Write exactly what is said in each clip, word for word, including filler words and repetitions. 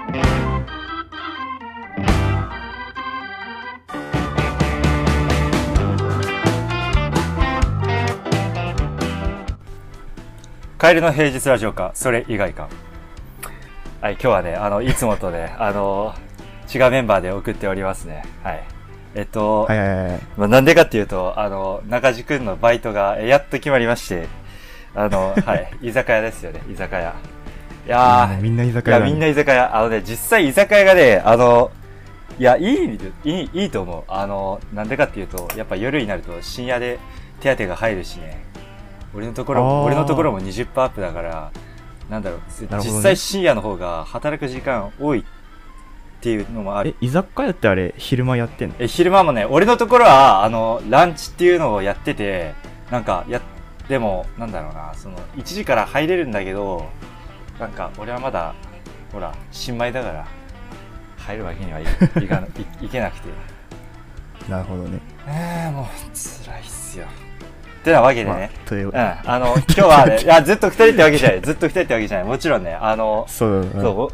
カエルの平日ラジオか、それ以外か。はい、今日はね、あの、いつもとね、あの、違うメンバーで送っておりますね。はい。えっと、 はいはいはい。 まあ、なんでかっていうと、あの、中地くんのバイトが、やっと決まりまして、あの、はい、居酒屋ですよね、居酒屋。いやー、 みんな居酒屋だ、ね。 いや、みんな居酒屋。あのね、実際居酒屋がね、あの、いや、いい意味で、いい、いいと思う。あの、なんでかっていうと、やっぱ夜になると深夜で手当が入るしね。俺のところも、俺のところも にじゅっパーセント アップだから、なんだろう、ね、実際深夜の方が働く時間多いっていうのもある。 え、居酒屋ってあれ、昼間やってんの？ え、昼間もね、俺のところは、あの、ランチっていうのをやってて、なんか、や、でも、なんだろうな、その、いちじから入れるんだけど、なんか、俺はまだ、ほら、新米だから、入るわけにはいいかい、いけなくて。 なるほどね。 えー、もう、辛いっすよ。ってなわけでね。 まあ、といううん。あの、今日はね、いや、ずっと二人ってわけじゃない。ずっと二人ってわけじゃない。もちろんね、あの、 そうだね。 そう、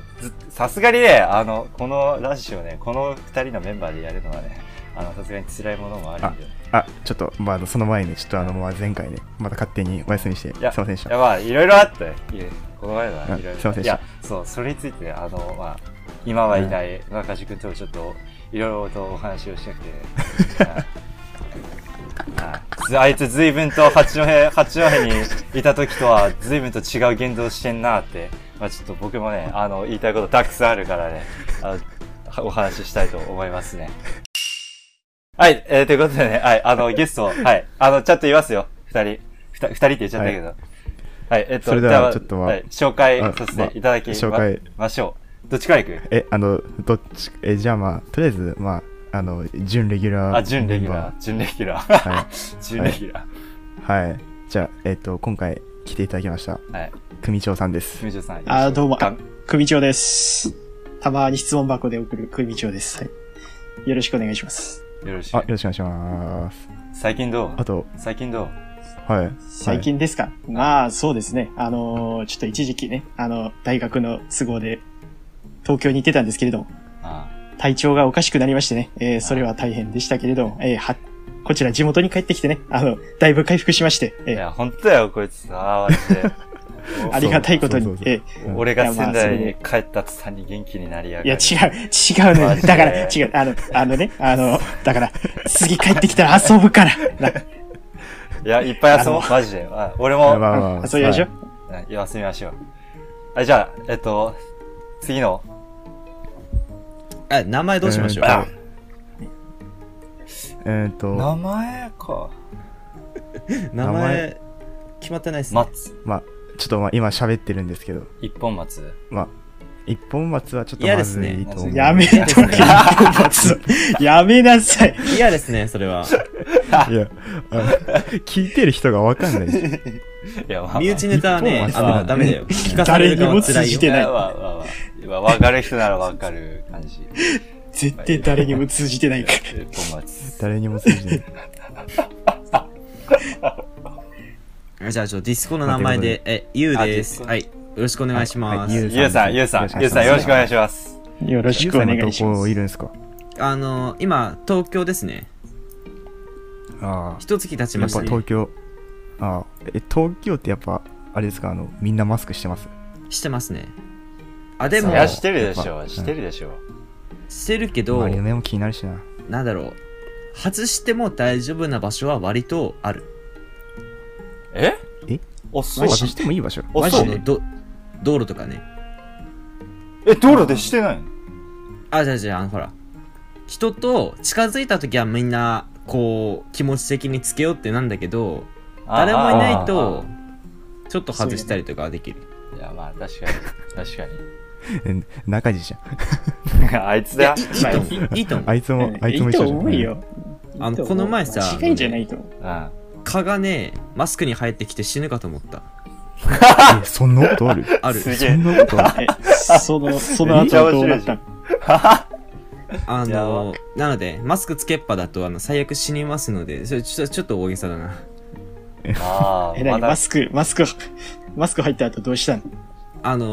さすがにね、あの、このラジオね、この二人のメンバーでやるのはね、あの、さすがに辛いものもあるんで。 あ、ちょっと、まあ、その前に、ちょっとあの、まあ、前回ね、また勝手にお休みして、すいませんでした。 いや、まあ、いろいろあって、いえ、この前は、いろいろ。 すいませんでした。いや、 そう、それについて、あの、まあ、今はいない中地君とちょっと、いろいろとお話をしたくて、あいつ随分と八戸、八戸にいた時とは随分と違う言動してんなって、まあちょっと僕もね、あの、言いたいことたくさんあるからね、あの、お話ししたいと思いますね。はい、えー、ということでね、はい、あの、ゲスト、はい、あの、ちゃんと言いますよ、二人。ふた、二人って言っちゃったけど。はい、はい、えっと、 それではちょっと、まあ、 はい、紹介させていただきま、 紹介ましょう。どっちから行く？ え、あの、どっち、え、じゃあまあ、とりあえず、まあ、あの、準レギュラー。 あ、準レギュラー。準レギュラー。はい。準レギュラー。はい。はい、じゃあ、えっと、今回来ていただきました。はい。組長さんです。 組長さん。 あ、どうも、組長ですし。たまに質問箱で送る組長です。はい。よろしくお願いします。 よろしく。あ、 よろしくお願いします。 最近どう？ あと、 最近どうはい。 最近ですか？はい、まあ、そうですね。あのー、ちょっと一時期ね、あの、大学の都合で、東京に行ってたんですけれども。ああ、体調がおかしくなりましてね、えー、それは大変でしたけれども、えー、は、こちら地元に帰ってきてね、あの、だいぶ回復しまして。 えー、いや、ほんとだよ、こいつさ、マジで。 ありがたいことに、そうそうそう、 えー、俺が仙台に帰った途端に元気になりやがる。 いや、違う、違うのよ。だから、違う、あの、あのね、あの、だから、次帰ってきたら遊ぶから。 いや、いっぱい遊ぼう、マジで。あ、俺も、 まあまあ、遊びましょう。 はい、休みましょう。あ、じゃあ、えっと、次の、 え、名前どうしましょう？ えーっと、 名前か。 名前、決まってないっすね。 松。 まあ、ちょっとまあ今喋ってるんですけど。 一本松。 まあ、一本松はちょっとまずいと思う。 やめとけ、一本松。やめなさい。 嫌ですね、それは。 いや、聞いてる人がわかんないし。 いや、まあ、 身内ネタはね、あの、ダメだよ。聞かされる誰にも通じてない。 まあまあまあ、わかる人ならわかる感じ。 絶対誰にも通じてないから。 一本松。 誰にも通じてない。じゃあ、ちょっとディスコの名前で、え、ゆうです。はい。よろしくお願いします。 ゆうさん、ゆうさん、ゆうさん、よろしくお願いします。 よろしくお願いします。 どこいるんですか？ あの、今、東京ですね。 ああ。 一月経ちましたね。 やっぱ東京。ああ。え、東京ってやっぱ、あれですか、あの、みんなマスクしてます？ してますね。あ、でも。 いや、してるでしょ、してるでしょ。 してるけど、 周りの目も気になるしな。 なんだろう。外しても大丈夫な場所は割とある。 ええあ、そう。 外してもいい場所？ マジでど、道路とかね。 え、道路でしてないの？ あ、じゃあじゃあ、あの、ほら。人と近づいた時はみんな、こう、気持ち的につけようってなんだけど、誰もいないと、ちょっと外したりとかはできる。 いや、まあ、確かに。確かに。中地じゃん。あいつだ。 いいと思う。 あいつも、あいつも一緒じゃん。いいと思うよ。 あの、この前さ、 間違いじゃないと思う。 蚊がね、マスクに入ってきて死ぬかと思った。 え、そんなことある？ ある。 そんなことある？ その、その後どうなったの？ あの、なので、マスクつけっぱだと、あの、最悪死にますので、それちょっと、ちょっと大げさだな。 ああ、 え、なに、マスク、マスク、マスク入った後どうしたの？ あの、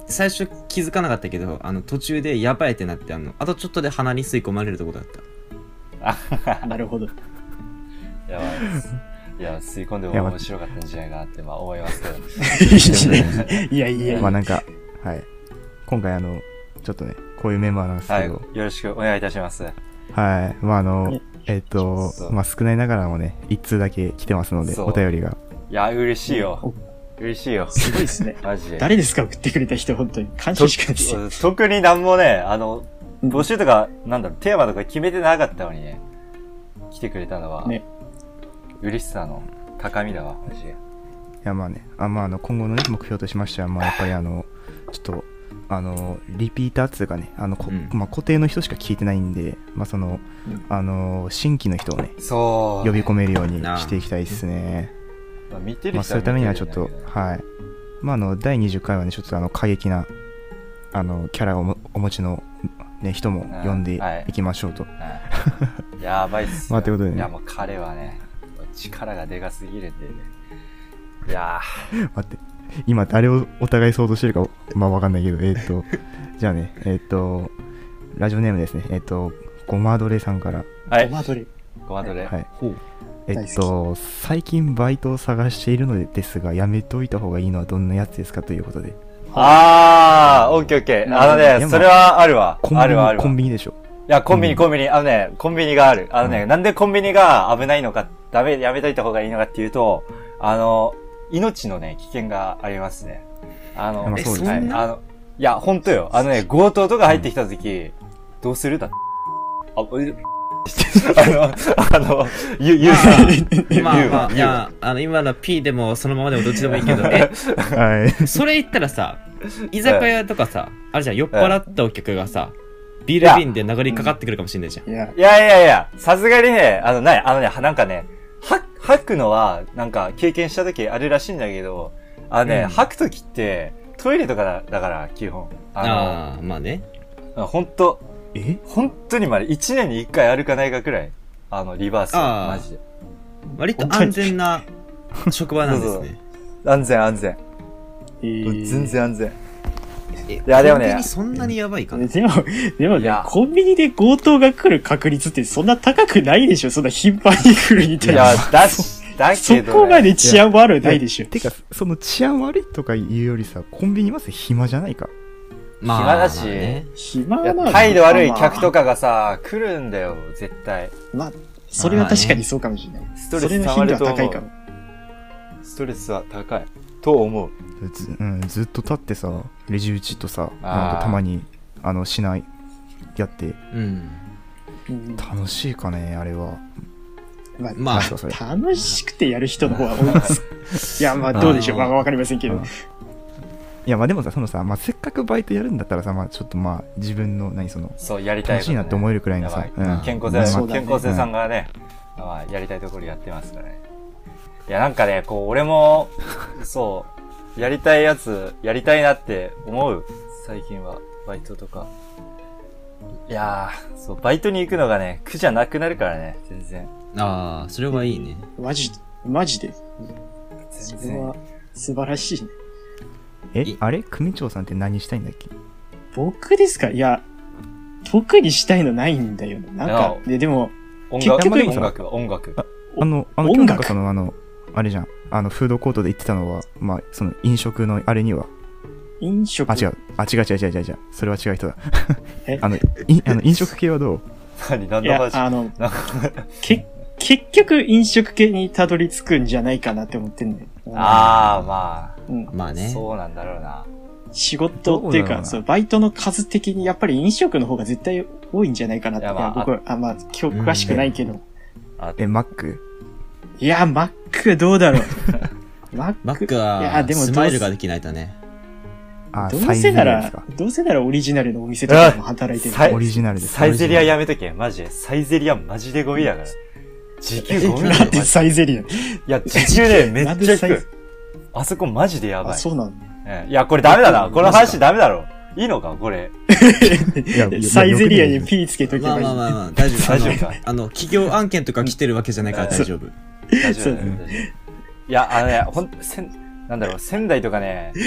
最初気づかなかったけど、あの途中でやばいってなって、あのあとちょっとで鼻に吸い込まれるとこだった。 なるほど。 やばいです。いや、吸い込んでも面白かったんじゃないかなって、まあ思いますけど。 いやいや。 まあなんか、はい。今回あの、ちょっとね、こういうメンバーなんですけど。はい。 よろしくお願いいたします。 はい。まああの、えっと、まあ少ないながらもね、一通だけ来てますので、お便りが。 いや、嬉しいよ。嬉しいよ。 すごいですね。 マジで。 誰ですか送ってくれた人、本当に。感謝しかないですよ。 特になんもね、あの、募集とか、なんだろう、テーマとか決めてなかったのにね、来てくれたのは、ね、嬉しさの高みだわ、マジで。いや、まあね、あまあ、あの、今後のね、目標としましては、まあ、やっぱりあの、ちょっと、あの、リピーターっていうかね、あの、うん、まあ、固定の人しか聞いてないんで、まあ、その、うん、あの、新規の人をね、 そう。 呼び込めるようにしていきたいですね。 まあ、見てる人は見てる、ね、 まあ、そういうためにはちょっと、はい。まあ、あの、だいにじゅっかいはね、ちょっとあの、過激な、あの、キャラをもお持ちの、ね、人も呼んでいきましょうと。 はいはい、やばいっすよ。 まあ、ということでね。 いや、もう彼はね、力がでかすぎるんでね。いやー。待って、今誰をお互い想像してるか、まあわかんないけど、えっ、ー、と、じゃあね、えっ、ー、と、ラジオネームですね。えっ、ー、と、ごまどれさんから。 はい。 ごまどれ。 ごまどれ。 はい。えっと、最近バイトを探しているのですが、やめておいた方がいいのはどんなやつですかということで。 あー、オッケーオッケー。あのね、それはあるわ。あるわあるわ。 コンビニでしょ。 いや、コンビニ、コンビニ。あのね、コンビニがある。あのね、うん、なんでコンビニが危ないのか、ダメ、やめといた方がいいのかっていうと、あの、命のね、危険がありますね。あの、 え、そうですね。あの、いや、ほんとよ。あのね、強盗とか入ってきたとき、うん、どうするだって。あ、あの、あの、言う、言う、 まあまあ、いや、あの、今の P でもそのままでもどっちでもいいけど、え、はい、それ言ったらさ、居酒屋とかさ、あれじゃん、酔っ払ったお客がさ、ビール瓶で殴りかかってくるかもしれないじゃん。 いやいやいや、さすがにね、あの、ない、あのね、なんかね、は、吐くのは、なんか、経験した時あるらしいんだけど、あのね、うん、吐く時って、トイレとかだ、だから、基本。 あの、あー、まあね。 ほんと、え本当にまで、一年に一回歩かないかくらい、あの、リバース、マジで。 割と安全な職場なんですね。そうそう安全安全。えー、全然安全。 いや、でもね。コンビニそんなにやばいかな。 でも、でもね、コンビニで強盗が来る確率ってそんな高くないでしょ、そんな頻繁に来るみたいな。 いや、だし、だけど、ね。 そこまで治安悪いないでしょ。 てか、その治安悪いとか言うよりさ、コンビニまず暇じゃないか。 まあ、暇だし、 ね、暇はな態度悪い客とかがさ、来るんだよ、絶対。 まあ、それは確かにそうかもしれない。 ストレス溜まると思う。それの頻度は高いかも。ストレスは高い。と思う。 ず,、うん、ずっと立ってさ、レジ打ちとさ、なんかたまに、あの、しない、やって、うん、楽しいかね、あれは。 まあ、まあ、楽しくてやる人の方が多いです。いや、まあ、どうでしょう。まあ、わかりませんけど。 いや、まあでもさ、そのさ、まあ、せっかくバイトやるんだったらさ、まあ、ちょっとまあ、自分の、何その、 そう、やりたい、ね。 楽しいなって思えるくらいのさ、 うん、健康性、まあ、健康性さんがね、うん、まあ、やりたいところやってますからね。いや、なんかね、こう、俺も、そう、やりたいやつ、やりたいなって思う。最近は、バイトとか。いやー、そう、バイトに行くのがね、苦じゃなくなるからね、全然。 あー、それはいいね。 マジ、マジで。全然。それは、素晴らしいね。 え、あれ組長さんって何したいんだっけ？ 僕ですか？いや、特にしたいのないんだよ。なんか、で、でも、 音楽、音楽は音楽。 あ、あの、あの、音楽その、あの、あれじゃん。あの、フードコートで言ってたのは、まあ、その、飲食のあれには。 飲食？ あ、違う。あ、違う違う違う違う違う。それは違う人だ。えあの、いあの飲食系はどう？ 何何の話？ あの、け、結局飲食系にたどり着くんじゃないかなって思ってんだよ。 ああ、まあ。 うん、まあね。 そうなんだろうな。 仕事っていうか、そう、バイトの数的にやっぱり飲食の方が絶対多いんじゃないかなって。いや、まあ、僕は、あ、まあ、今日詳しくないけど。 え、マック？ いや、マックどうだろう。マック。 マックは、いや、でもスマイルができないとね。 あ、どうせなら、どうせならオリジナルのお店とかも働いてる。 オリジナルで。 サイゼリアやめとけ、マジで。サイゼリアマジでゴミだから。時給ゴミだよ。 なんでサイゼリア？いや、時給ね、めっちゃ低い。あそこマジでやばい。 あ、そうなんだ。いや、これダメだな。この話ダメだろ。いいのかこれ。 サイゼリアに P つけとけばいい。 まあまあまあ、大丈夫。大丈夫か。あの、企業案件とか来てるわけじゃないから大丈夫。 大丈夫。いや、あのね、ほんと、せん、なんだろう、仙台とかね、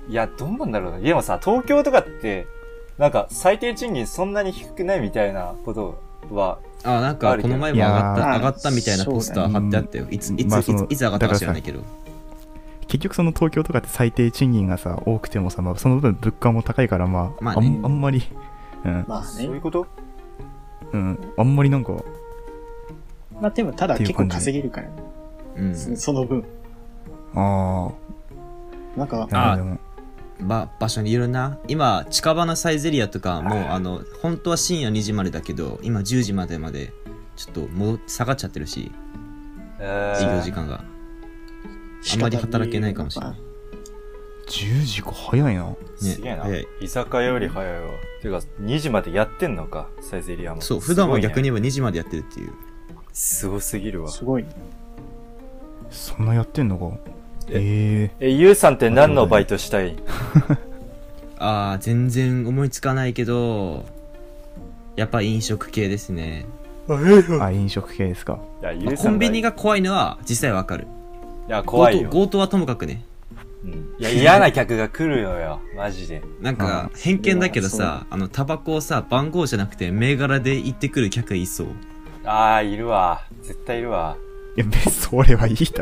いや、どうなんだろうな。でもさ、東京とかって、なんか最低賃金そんなに低くないみたいなことは、 あ、なんかこの前も上がった、 いやー上がったみたいなポスター貼ってあったよ。いつ、いつ、 まあいつ、いつ上がったか知らないけど。 結局その東京とかって最低賃金がさ多くてもさ、まあ、その分物価も高いからまあ、 まあねあんあんまり、うんまあねそういう。ことうん、あんまりなんかまあでもただ結構稼げるからね。 うん。 そその分。 あなんか、 ああでもば、場所にいるな。今、近場のサイゼリアとかもう、あの、本当は深夜にじまでだけど、今じゅうじまでまで、ちょっともう下がっちゃってるし、 え営業ー時間が。あんまり働けないかもしれない。 じゅうじか早いな。 すげえな。 早い。 居酒屋より早いわ。てか、にじまでやってんのか、サイゼリアも。 そう、普段は逆にす言えばにじまでやってるっていう。 ごいね。すごすぎるわ。 すごい。 そんなやってんのか。えええ、ゆうさんって何のバイトしたい？ ああ、全然思いつかないけど、やっぱ飲食系ですね。 ー、あ飲食系ですか。 いや、ゆまあうさんコンビニが怖いのは実際わかる。 いや、怖いよ。 強盗強盗はともかくね。 うんいや、嫌な客が来るのよ。マジで。 なんか、偏見だけどさ、あの、タバコをさ、番号じゃなくて銘柄で行ってくる客いそう。 あー、いるわ。絶対いるわ。 いや、別にそれはいいだ。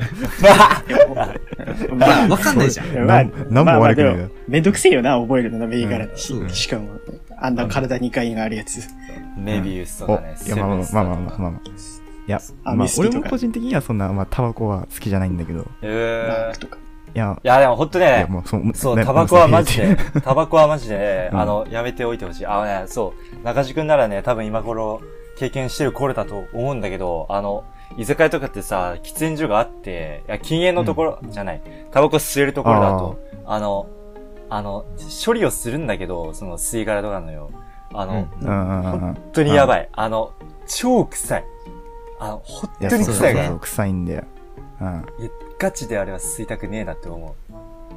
まあ、 わかんないじゃん。 まあ、 なんも悪くないよまあまあでもめんどくせえよな、覚えるのな、銘柄うしそうしかも、あんな体にかいがあるやつ。 メビウスとお、 かね。 いや、まあまあまあまあまあまあまあ。いや、 あまあウイスキーとか俺も個人的にはそんな、まあタバコは好きじゃないんだけど。 マえー。 ークとか。 いや、 いや、でもほんといやね、 もうそう、 そう、 ねタバコはマジもうで、タバコはマジでね、 うんあの、やめておいてほしい。あのね、そう、中地くんならね、多分今頃経験してる頃だと思うんだけど、あの、居酒屋とかってさ、喫煙所があって、いや、禁煙のところじゃない、タバコ吸えるところだと、あの、あの、処理をするんだけど、その吸い殻とかのよ。あの、 うんうんうんうんうん。 本当にやばい。あの、超臭い。あの、本いや、 当にそう臭いから。 そうそう、臭いんだよ。うん。 いやガチであれは吸いたくねえなって思う。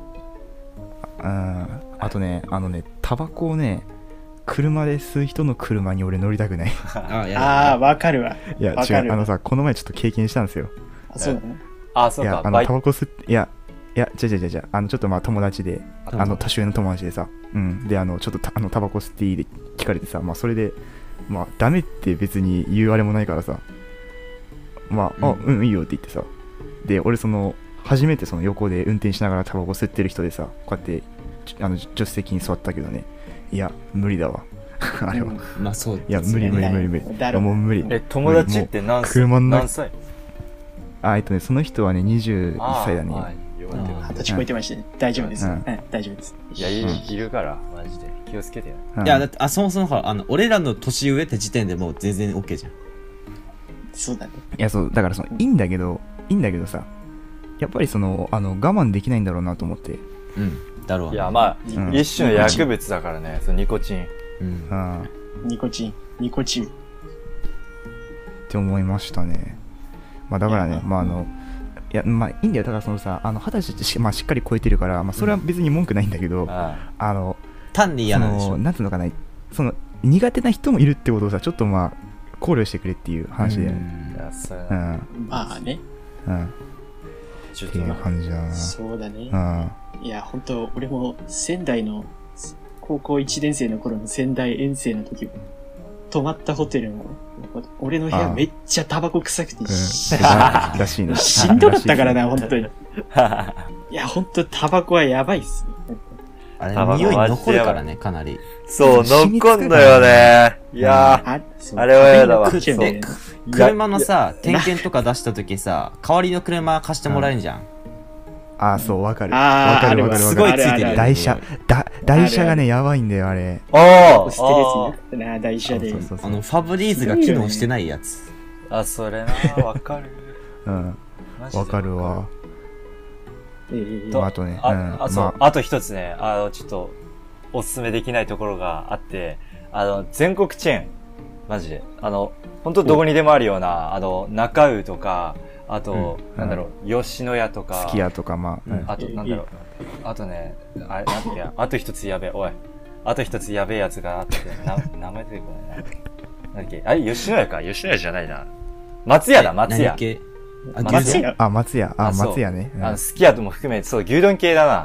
うん。あとね、あのね、タバコをね、車で吸う人の車に俺乗りたくない。 ああ、いやああ、わかるわ。 いや、違う。 わかるあのさ、この前ちょっと経験したんですよ。 あそうなのあ、そうか、、 いやあの、 バイタバコ吸って、いや、いや、違う違う違う。あの、ちょっとまあ友達で、 うんあの、年上の友達でさ、うん。で、あの、ちょっとたあのタバコ吸っていいで聞かれてさ、まあ、それで、まあ、ダメって別に言うあれもないからさ、まあ、あ、 ううん、いいよって言ってさ、で、俺その、初めてその横で運転しながらタバコ吸ってる人でさ、こうやって、ちあの、助手席に座ったけどね、いや、無理だわ。あれは。いまあそう。 や、無理無理無理無理。 だろもう無理。 え、友達って何歳車の中何歳あ、えっとね、その人はね、にじゅういっさいだね。 あーよかったよかった二十歳超えてましたね。大丈夫です。 ううんん、大丈夫です。 いや、いうんいるから、マジで。気をつけてよ。 うんいや、だって、あ、そもそもほら、あの、俺らの年上って時点でもう全然 OK じゃん。 そうだね。 いや、そう、だからその、いいんだけど、いいんだけどさ、やっぱりその、あの、我慢できないんだろうなと思って。 うん。だろうね。 いや、まあ、 うん一種の薬物だからね、そのニコチン。 うんう。ん。 ニコチン、ニコチン。 って思いましたね。まあだからねいや、 まああの、いや、まあいいんだよ。だからそのさ、あの、二十歳し,、まあ、しっかり超えてるから、まあそれは別に文句ないんだけど、 ああの、 単に嫌なんでしょその、。なんつうのかな、その、苦手な人もいるってことをさ、ちょっとまあ、考慮してくれっていう話で。 ううん。 あ。いや、それう、ん。 まあね。 うん。っていうちょっとな。 感じだな。 そうだねう。ん。 いや、本当俺も仙台の、高校いちねん生の頃の仙台遠征の時も、泊まったホテルも、俺の部屋めっちゃタバコ臭くて、 うん。 しららしいね。 しんどかったからな、本当に。いや、本当タバコはやばいっすね。 あれタバ、コ匂い残るからね、かなり。 そう、 染みつく残んのよね。いやあ、そうあれはやだわ食ってんだよねー。 車のさ、点検とか出した時さ、代わりの車貸してもらえんじゃん。 ああ、そう、わかる。 あーわかるわかるあれはわかる。 すごいついてるよね。 台車、だ、台車がね、やばいんだよ、あれ。 ああ捨てるやつになったな、台車で。 そうそうそうあの、ファブリーズが機能してないやつ。 あ、それな、わかる。 うん。 マジでわかるわ。 ええとあとね、 あ、 うんあそう、 まあと一つね、あの、ちょっと、おすすめできないところがあって、あの、全国チェーン、マジで。あの、本当どこにでもあるような、あの、中尾とか、あと、 うんなんだろう、吉野家とか、 すき家とか、まあ、うんあと、なんだろう、あとね、あれ、なんてや、あと一つやべえ、おい。あと一つやべえやつがあって、な、名前出てこないな。なんだっけ、あれ、吉野家か吉野家じゃないな。松屋だ、松屋。 何系あ、 松屋牛丼屋あ、松屋、あ、 あそう松屋ね。うんあの、すき家とも含めて、そう、牛丼系だな。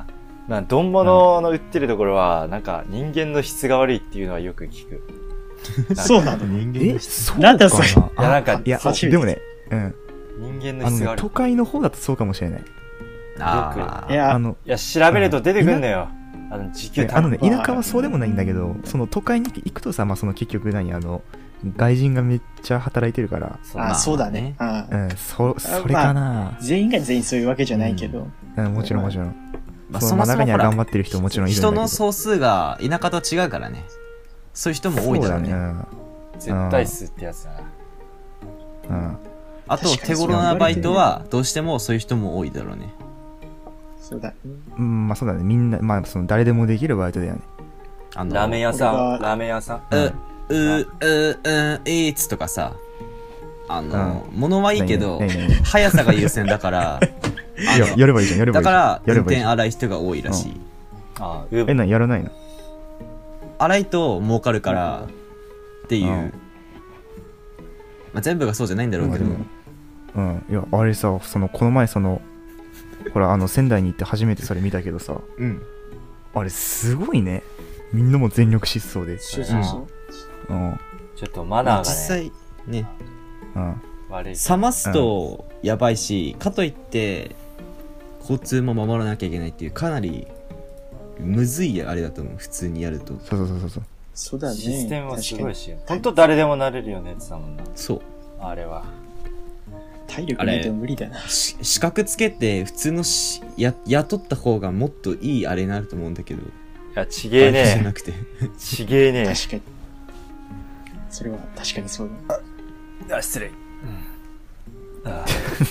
なん丼物の売ってるところは、なんか人間の質が悪いっていうのはよく聞く。 そうなの。 人間の質なんだそれ。 いや、なんか、 いや、でもね、うん。 人間のあのね、 質が悪い。 都会の方だとそうかもしれない。 あいや、 あの、 いや、調べると出てくんのよ。あの、時給あのね、田舎はそうでもないんだけど、その都会に行くとさ、まあ、その結局何、あの、外人がめっちゃ働いてるから、 あ、そうだね。 うん、そ、それかな。 全員が全員そういうわけじゃないけど。 うん、もちろんもちろん。 まあ、 その中には頑張ってる人もちろんいるんだけど。 人の総数が田舎と違うからね。そういう人も多いだろうね。 絶対数ってやつだな。 うん。 あと、手頃なバイトは、どうしてもそういう人も多いだろうね。 そうだ。 うん、まあそうだね。みんな、まあその誰でもできるバイトだよね。 あの、ラーメン屋さん、ラーメン屋さん。 う、う、う、う、う、いつとかさ、あの、物はいいけど、速さが優先だから、 やればいいじゃん、やればいいじゃん。 だから、運転荒い人が多いらしい。 ああ、 え、な、やらないの？ 荒いと儲かるから、っていう。まあ全部がそうじゃないんだろうけど。 うん。いや、あれさ、その、この前その、ほら、あの、仙台に行って初めてそれ見たけどさ、 うん。 あれ、すごいね。みんなも全力疾走で。 そうそうそう。 うん。 ちょっとマナーがね。 実際、ね。 うん。 悪い。 冷ますと、やばいし、かといって、交通も守らなきゃいけないっていう、かなり、むずいあれだと思う。普通にやると。 そうそうそうそう。 そうだね。 システムはすごいし、ほんと誰でもなれるよねって言ってたもんな。 そう。 あれは。 体力ないと無理だな。 資格つけて、普通のし、や、雇った方がもっといいあれになると思うんだけど。 いや、ちげえねじゃなくて。 ちげえね確かに。それは確かにそうだ。あ、失礼。うん。あ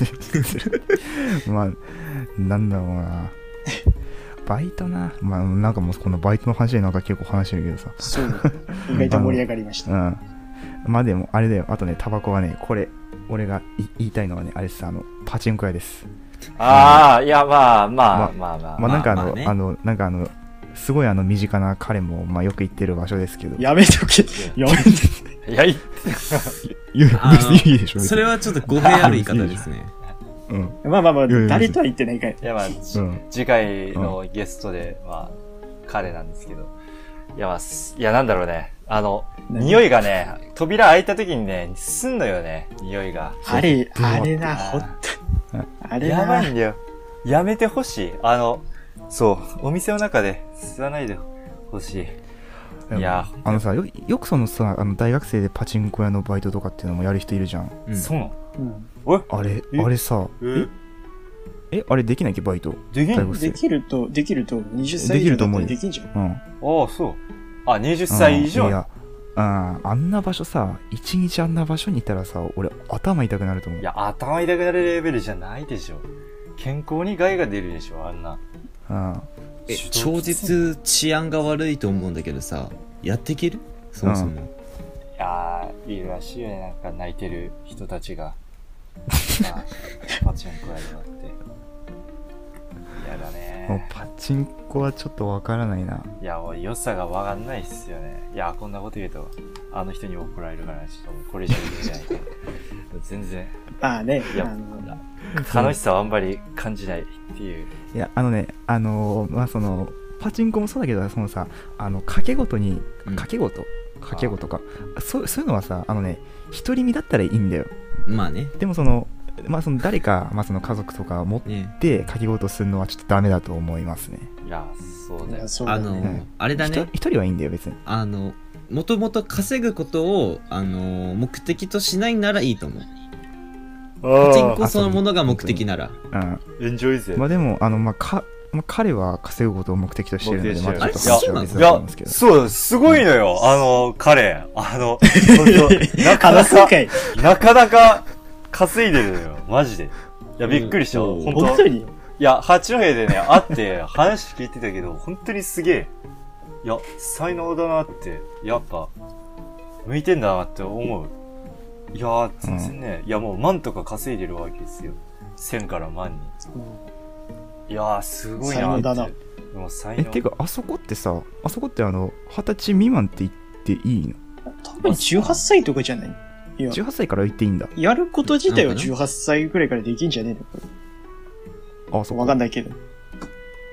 まあ、なんだろうな。バイトな。まあ、なんかもうこのバイトの話でなんか結構話してるけどさ。 そうだ。意外と盛り上がりました。 うん。まあでも、あれだよ。あとね、タバコはね、これ、俺が言いたいのはね、あれさ、あの、パチンコ屋です。 ああ、いや、まあまあまあまあ。 まあなんかあの、 まあね、 あの、なんかあの、すごいあの、身近な彼も、まあよく行ってる場所ですけど。 やめとけ。やめて。 いや、いいや、別にいいでしょ。 それはちょっと語弊ある言い方ですね。 うん。 まあまあまあ、誰とは言ってないかい。 いやまあ、うん、次回のゲストで、まあ、彼なんですけど。いやまあ、いやなんだろうね。あの、匂いがね、扉開いた時にね、すんのよね、匂いが。 あれ、あれな、ほんと。あれな。 やばいんだよ。やめてほしい。あの、そう、お店の中で吸わないでほしい。いや、 あのさ、よ、よくそのさ、あの、大学生でパチンコ屋のバイトとかっていうのもやる人いるじゃん。 うん、そうなの？ うん。 あれ、あれさ、ええ、あれできないっけ、バイト。 できるできると、できると、にじゅっさい以上だったらできんじゃん。 うん。ああ、そう。あ、にじゅっさい以上？ いや、ああんな場所さ、一日あんな場所にいたらさ、俺頭痛くなると思う。 いや、頭痛くなるレベルじゃないでしょ。健康に害が出るでしょ、あんな。 うん。 え、超実治安が悪いと思うんだけどさ、やっていける？そもそも。 いやー、いるらしいよね、なんか泣いてる人たちが。まあ、パチンコ屋であって。嫌だね。 もうパチンコはちょっとわからないな。 いや、もう良さがわかんないっすよね。いや、こんなこと言うと、あの人に怒られるから、ちょっとこれ以上言うじゃないか。全然。 まあね、 いや、楽しさはあんまり感じないっていう。 いや、あのね、あのー、まあ、その、パチンコもそうだけど、そのさ、あの、賭け事に、賭け事賭け事か。そう、そういうのはさ、あのね、独り身だったらいいんだよ。 まあね。 でもその、まあその誰か、まあその家族とか持って賭け事するのはちょっとダメだと思いますね。 いや、そうだよ。 あの、うん、あれだね。 一人はいいんだよ、別に。 あの、もともと稼ぐことを、あの、目的としないならいいと思う。パチンコそのものが目的なら。 うん。 エンジョイゼ。 まあでも、あの、まあ、か、まあ、彼は稼ぐことを目的としてるので、まあちょっと話は別だと思うんですけど。いや、そう、すごいのよ、あの、彼。あの、なかなか、なかなか稼いでるのよ、マジで。いや、びっくりした。 うん、本当本当にいや、八戸でね、会って話聞いてたけど、本当にすげえ。いや、才能だなって、やっぱ、向いてんだなって思う。いやー、全然ね、うん、いやもう万とか稼いでるわけですよ。千から万に。うん、いやー、すごいなーって。 才能だな。 でも才能。 え、てか、あそこってさ、あそこってあの、二十歳未満って言っていいの？ 多分じゅうはっさいとかじゃない？いやじゅうはっさいから言っていいんだ。 やること自体はじゅうはっさいぐらいからできんじゃねえの？これ。 あ、そうわかんないけど。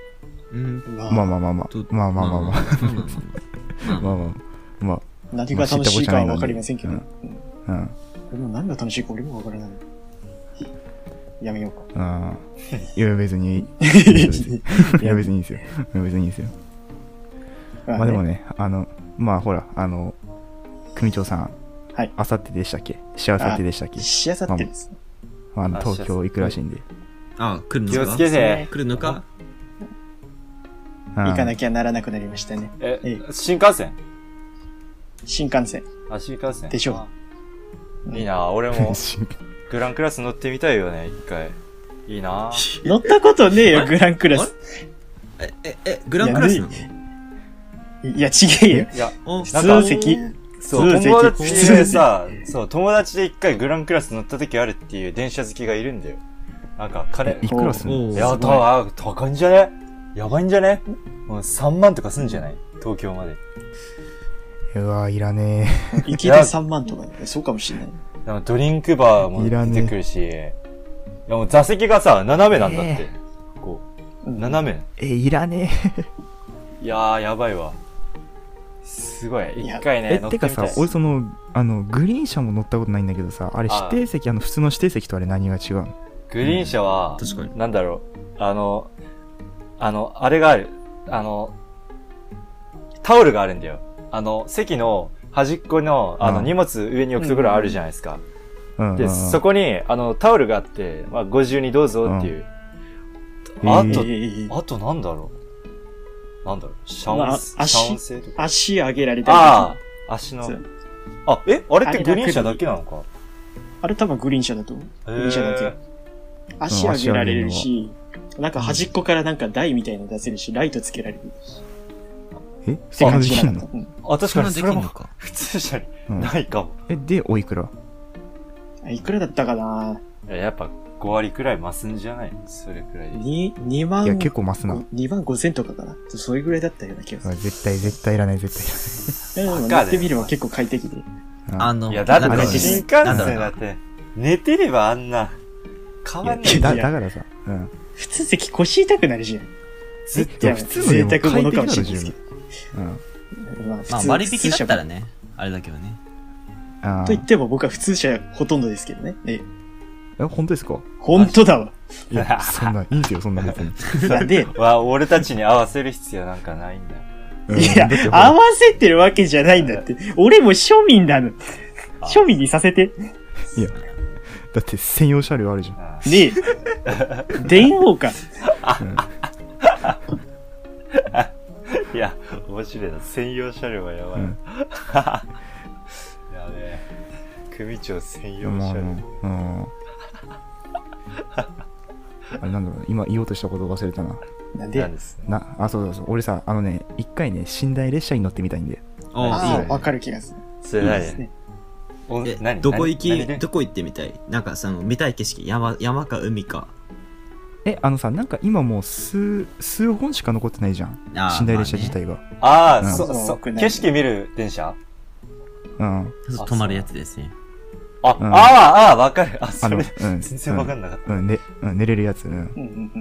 うん。 まあまあまあまあ。まあまあまあまあ。まあまあまあ。まあ。 何が楽しいかはわかりませんけど。 うん。 でも何が楽しいか俺もわからない。やめようか。 ああ。いや別に。いや別にいいですよ。別にいいですよ。まあでもね、あの、まあほら、あの、組長さん、 はい。 あさってでしたっけ？しあさってでしたっけ？ しあさってです。 まあ、あの東京行くらしいんで。 あ、来るのか。 気をつけて。 来るのか。 行かなきゃならなくなりましたね。 え、新幹線？ 新幹線。 あ、新幹線。 でしょう。いいな、俺も。グランクラス乗ってみたいよね、一回。いいな。 乗ったことねえよ、グランクラス。 え、え、え、グランクラスなの？ いや、ちげえよ。 いや、 普通席。 そう、友達でさ、そう、友達で一回グランクラス乗った時あるっていう電車好きがいるんだよ。なんか、彼、 いくらすんの？ いや、た、高いんじゃね？やばいんじゃね？もうさんまんとかすんじゃない？東京まで。 うわ、いらねえ。行きでさんまんとか、そうかもしれない。 でもドリンクバーも出てくるし、いやもう座席がさ、斜めなんだって。こう、斜め。 え、いらねえ。いやー、やばいわ。すごい。一回ね、乗ってみたい。 え、てかさ、俺その、あの、グリーン車も乗ったことないんだけどさ、あれ指定席、あの、普通の指定席とあれ何が違うの？ グリーン車は、 確かに。 なんだろう、あの、あの、あれがある。あの、タオルがあるんだよ。あの、席の端っこの、あの、荷物上に置くところあるじゃないですか。で、そこに、あの、タオルがあって、まあ、ご自由にどうぞっていう。あと、あとなんだろう。なんだろう。遮音、遮音性とか。 足上げられたり。 ああ、足の。あ、えあれってグリーン車だけなのか？ あれ多分グリーン車だと思う。グリーン車だけ。足上げられるし、なんか端っこからなんか台みたいなの出せるし、ライトつけられる。 えそんなできんの？ あ、確かにそれも普通車にないかも。 え、で、おいくら？ いくらだったかな？ やっぱご割くらい増すんじゃない？それくらいで。 に、にまん。 いや、結構増すな。 にまんごせんとかかな。それぐらいだったような気がする。 絶対、絶対いらない、絶対いらない。乗ってみれば結構快適で。 あの、 いや、だって新幹線だって、寝てればあんな、変わんない。 だ、だからさ、うん。 普通席腰痛くなるじゃん。 ずっと普通の贅沢者かもしれないですけど。 うん。 まあ、割引だったらね、あれだけどね。 と言っても僕は普通車ほとんどですけどね。え、 本当ですか？ 本当だわ。 いや、そんな、いいんですよ、そんな別に。 なんで、 わ、俺たちに合わせる必要なんかないんだよ。 いや、合わせてるわけじゃないんだって。俺も庶民なの。庶民にさせて。 いや、だって専用車両あるじゃん。 ねえ。電王か。 いや、面白いな。専用車両はやばい。やべえ。組長専用車両。うん。 あれなんだろう、今言おうとしたこと忘れたな。 なんでな、あ、そうそうそう。俺さ、あのね、一回ね、寝台列車に乗ってみたいんで。 ああ、わかる気がする。 それ何？ え、何どこ行き、どこ行ってみたい？なんかその、見たい景色、山、山か海か。 え、あのさ、なんか今もう数、数本しか残ってないじゃん。寝台列車自体が。 ああ、そ、そ、景色見る電車？ うん。 止まるやつですね。 あ、ああ、ああ、わかる。あ、それ、全然わかんなかった。 うん、ね、寝れるやつ。うん。うんうんうん。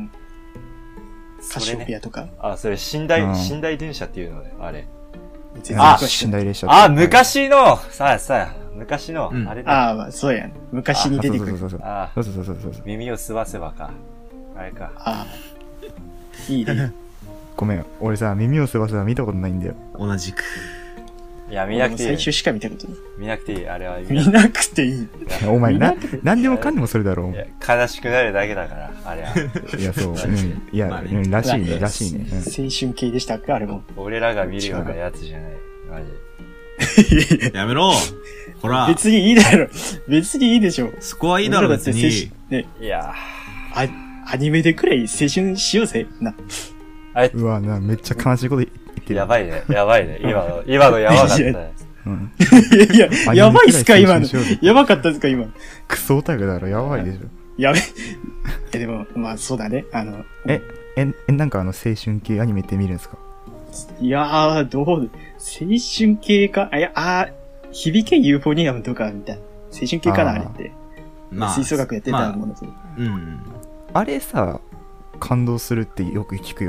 カシオペアとか。 あ、それ、寝台、寝台電車っていうのね、あれ。 あ、寝台列車。 あ、昔の、さあさあ、昔の、あれだ。ああ、そうやん。昔に出てくる。 そうそうそうそうそうそう。 耳をすわせばか。あれか。 ああ。いいね。 ごめん、俺さ、耳をすわせば見たことないんだよ。 同じく。 いや、見なくていい。 最初しか見たことない。 見なくていい、あれは。 見なくていい。 お前、な、なんでもかんでもそれだろう。 悲しくなるだけだから、あれは。 いや、そう。いや、らしいね、らしいね。 青春系でしたか、あれも。 俺らが見るようなやつじゃない。マジ。やめろほら。 別にいいだろ。別にいいでしょ。 そこはいいだろ、別に。 ね。 いやあ、アニメでくらい青春しようぜ、な。 あれうわ、な、めっちゃ悲しいこと言ってる。 やばいね、やばいね。今の、今のやばかったね。 うん、いや、やばいっすか、今の。やばかったっすか、今。 クソオタクだろ、やばいでしょ。 やべ。え、でも、まあ、そうだね。あの。 え、え、なんかあの、青春系アニメって見るんですか？ いやー、どう、青春系か、あ、いや、あー、響けユーフォニアムとか、みたいな。青春系かな、あれって。まあ、吹奏楽やってたものと。 うん。 あれさ、感動するってよく聞くよね。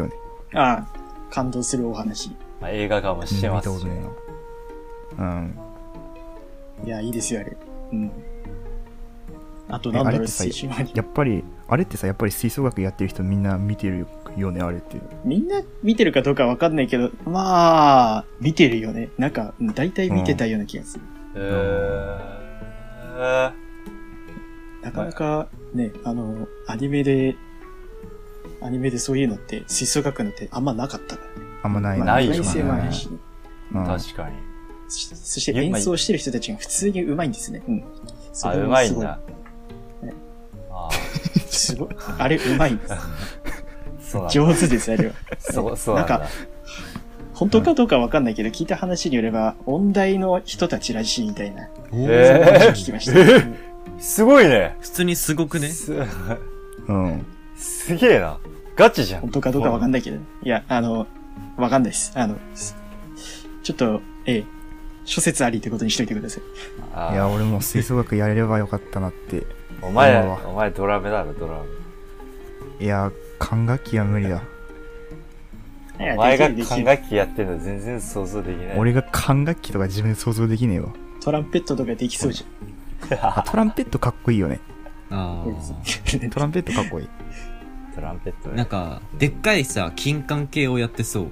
ああ、感動するお話。 まあ、映画化もしてますし、 見たことねえな。うん。 いや、いいですよ、あれ。うん。あと、 えなんだろう、 あれってさ、 青春アニメやっぱり、あれってさ、やっぱり吹奏楽やってる人みんな見てるよね、あれって。 みんな見てるかどうかわかんないけど、まあ、見てるよね。なんか、大体見てたような気がする。 うん、えー、 なかなかね、あの、アニメで、アニメでそういうのって、吹奏楽のってあんまなかったからね。 あんまないまあないよね意外性もあるし、ねうん、 確かに。 そそして演奏してる人たちが普通に上手いんですね。うん。 あ、上手いんだ。 ね、 あすごい。あれ上手いんです。 そうなんだ。 上手です、あれは。 そう、そうなんだ。 なんか、本当かどうかわかんないけど、聞いた話によれば、音大の人たちらしいみたいな。 えー、聞きました。 えー、すごいね。 普通にすごくね。 す、 うん。 すげえな。ガチじゃん。 本当かどうかわかんないけど。いや、あの、わかんないです。あの、ちょっと、ええ、諸説ありってことにしといてください。 いや、俺も吹奏楽やれればよかったなって。 お前、お前ドラムだろ、ドラム。 いや、管楽器は無理だ。 お前が管楽器やってんの全然想像できない。 俺が管楽器とか自分で想像できねえわ。 トランペットとかできそうじゃん。トランペットかっこいいよね。 ああ。トランペットかっこいい。 トランペットね。 なんか、でっかいさ、金管系をやってそう。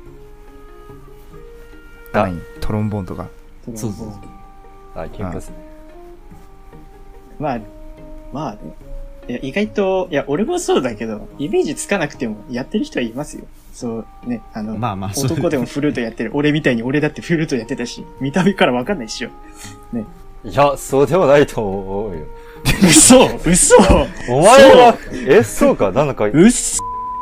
何トロンボーンとか。 そうそう。 あ、金管っすね。 まあ、まあね。いや、意外と、いや、俺もそうだけど、イメージつかなくてもやってる人はいますよ。そうね、あの、 まあまあ男でもフルートやってる。俺みたいに俺だってフルートやってたし、見た目からわかんないっしょ。ね。 いや、そうでもないと思うよ。 嘘嘘お前は、え、そうかなんか、 うっそ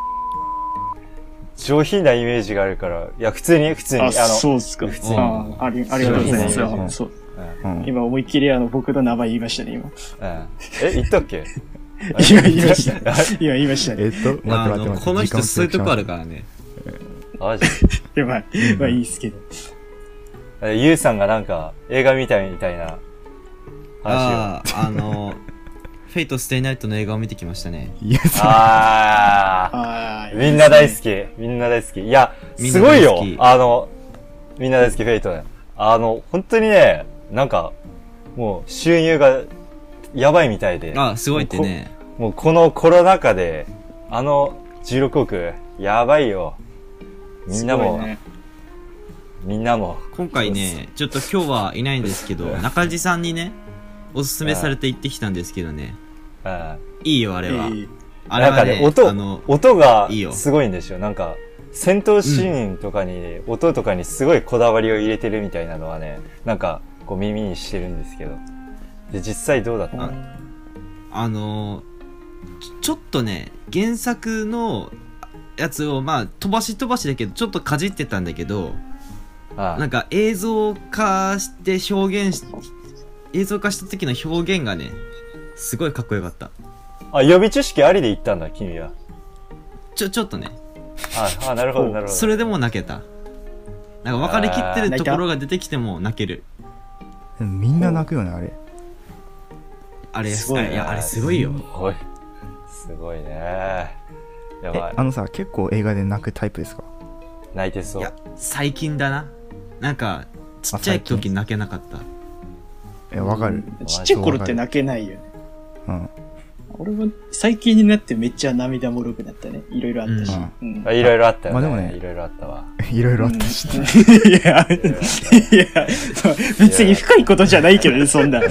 上品なイメージがあるから、いや、普通に、普通に、あの、 そうっすか。 普通に。 ああり、ありがとうございます。そう。うん、今思いっきりあの、僕の名前言いましたね、今。うん。 え、言ったっけ今言いました。今言いましたね。 えっと、待って待って待って。 この人そういうとこあるからね。 マジで、まあ、まあいいっすけど。 ゆうさんがなんか、映画見たみたいな話を。 ああ、あの、フェイトステイナイトの映画を見てきましたね。 ああ、みんな大好き。みんな大好き。いや、すごいよ。あの、みんな大好きフェイトね。あの、本当にね、なんか、もう収入がやばいみたいで。 あ、すごいってね。 もうこのコロナ禍で、あのじゅうろくおく、やばいよ。みんなも、ね、みんなも。 今回ね、ちょっと今日はいないんですけど、中地さんにね、おすすめされて行ってきたんですけどね。いいよ、あれは。 あれはね、なんかね、音、あの音がすごいんですよ。なんか、戦闘シーンとかに、うん、音とかにすごいこだわりを入れてるみたいなのはね、なんか、こう耳にしてるんですけど。で、実際どうだったの？ あのー、ちょっとね、原作のやつを、まあ、飛ばし飛ばしだけど、ちょっとかじってたんだけど、ああなんか映像化して表現し、映像化した時の表現がね、すごいかっこよかった。 あ、予備知識ありで言ったんだ、君は。 ちょ、ちょっとね。 ああ、なるほど、なるほど。 それでも泣けた。なんか分かりきってるところが出てきても泣ける。 みんな泣くよね、あれ。 あれ、すごい、いや、あれすごいよ。 すごい。すごいね。やばい。 あのさ、結構映画で泣くタイプですか？ 泣いてそう。いや、 最近だな。なんか、ちっちゃい時泣けなかった。 え、わかる。 ちっちゃい頃って泣けないよね。 うん。 俺も最近になってめっちゃ涙もろくなったね。いろいろあったし。 いろいろあったよね。まあでもね、いろいろあったわ。 いろいろあったし。 いや、いや、別に深いことじゃないけどね、そんな。い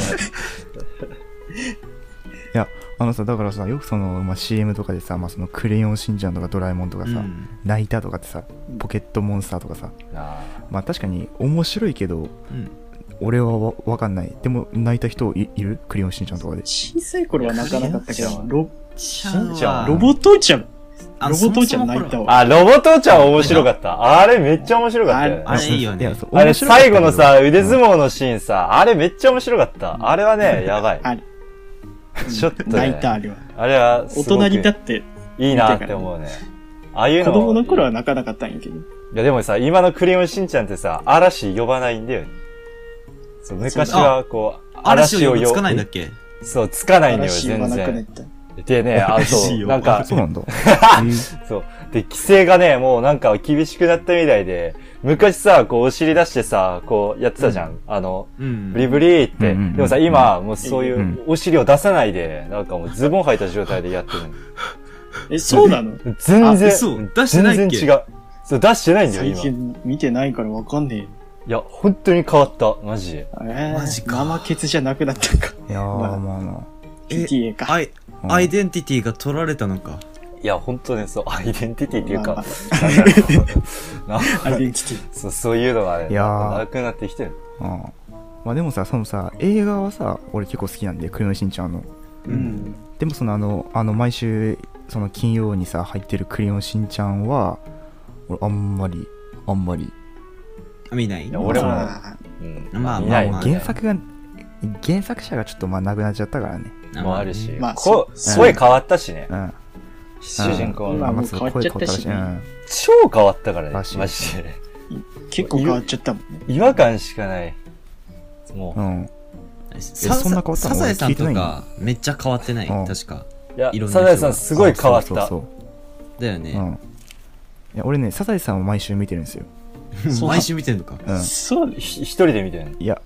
や、あのさ、だからさ、よくその、まあ、シーエム とかでさ、まあ、そのクレヨンしんちゃんとかドラえもんとかさ、うん、泣いたとかってさ、ポケットモンスターとかさ、あまあ確かに面白いけど、うん、俺は わ, わかんない。でも泣いた人 い, いるクレヨンしんちゃんとかで。 小さい頃は泣かなかったけど、ロしんちゃんロボ父ちゃん。ロボ父ちゃん泣いたわ。 あ、ロボ父ちゃん面白かった。あれめっちゃ面白かったよ。 あれいいよね。 あれ最後のさ、腕相撲のシーンさ、あれめっちゃ面白かった。あれはね、やばい。あれちょっとね。 泣いたあれは。 あれは大人にだっていいなって思うね。ああいうの。 子供の頃は泣かなかったんやけど。いやでもさ、今のクレヨンしんちゃんってさ、嵐呼ばないんだよね。そう、昔はこう、 嵐を呼ぶつかないんだっけ？ そう、つかないんだよ、全然。 でね、あ、そう、 マジよなんか、 そうなんだ。 そう。で、規制がね、もうなんか厳しくなったみたいで、昔さ、こうお尻出してさ、こうやってたじゃん。あの、 うんブリブリって。 うんうんうんでもさ、今、もうそういうんうお尻を出さないで、なんかもうズボン履いた状態でやってるの。 え、そうなの？ 全然、 嘘出してないっけ全然違う。そう、出してないんだよ、 最今。い近見てないからわかんねや、本当に変わった、マジで。 え。えー、 マジか生ケツじゃなくなったんか。 いやー、 まあまあまピーティーエー か。 アイ、 うんアイデンティティが取られたのか。 いや、本当ね、そう、アイデンティティっていうまあか、なんだろうなアイデンティティ。 そう、そういうのがね、 いやーなくなってきてる。 あ。うん。まあでもさ、そのさ、映画はさ、俺結構好きなんで、クレヨンしんちゃんの。 うん。 でもそのあの、あの、毎週、その金曜にさ、入ってるクレヨンしんちゃんは、俺あんまり、あんまり。 見ないいや俺もまあうん。 まあ見ないまあ原作が、原作者がちょっとまあなくなっちゃったからね。 もあるし、 まあこそう声変わったしね、 うん。 主人公の。 今もう変わっちゃったしねうん。 超変わったからね、 らしいマジで。 結構変わっちゃったもんね。 違和感しかない。もうん。 サそんな変わったのサザエさんと俺聞いてかめっちゃ変わってない、 うん確か。 う、いやいろ、んな人がサザエさんすごい変わった。 あそうだよね。 そうそう。うん。いや、俺ね、サザエさんを毎週見てるんですよ。 そう毎週見てんのか。 うん。 そうね。 ひ一人で見てるの。 いや、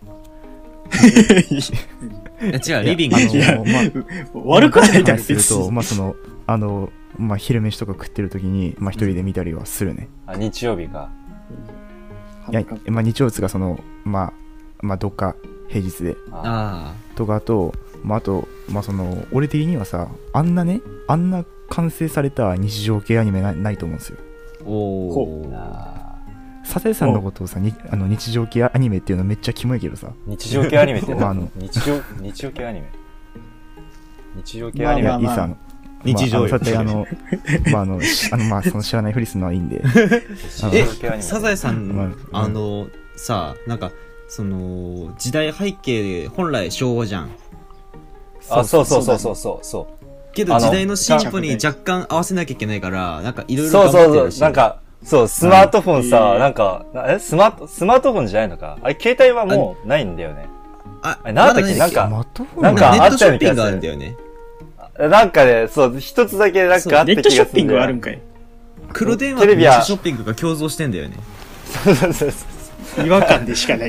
いや違う、リビングあのいやまあ、 悪くはないだろ、別話すると、 に。 まあその、あの、まあ昼飯とか食ってる時に、まあ一人で見たりはするね。 あ、日曜日か。 いや、まあ日曜日がその、まあ、まあどっか平日で、 ああとかあと、まああと、まあその、俺的にはさ、あんなね、あんな完成された日常系アニメなないと思うんですよ。 あ。おほー。 あ。 サザエさんのことをさ、にあの日常系アニメっていうのめっちゃキモいけどさ、 日常系アニメってまああの何日常、日常系アニメ日常系アニメまあまあいいさ、あの、 日常よまあ、あのそうやってあの、まああの、しあのまあその知らないふりするのはいいんで、 日え常系アニメ。 サザエさん、 まああの、さ、なんか、その、時代背景で本来昭和じゃん。 あ、そうそうそうそうそうそう。 けどあの時代の進歩に若干合わせなきゃいけないから、なんかいろいろそう頑張ってそうそう。 るらしい。 なんか、そう、スマートフォンさ、 うんなんか、なえスマート、スマートフォンじゃないのかあれ、携帯はもうないんだよね。 あ、 あれなんだっけまなんかマットフォンなんかネットショッピングあったような気がするあるんだよね。 なんかね、そう、一つだけなんかあったネットショッピングはあるんかかい。 黒電話テレビはとネットショッピングが共存してんだよね。 そうそうそうそう。 違和感でしかない。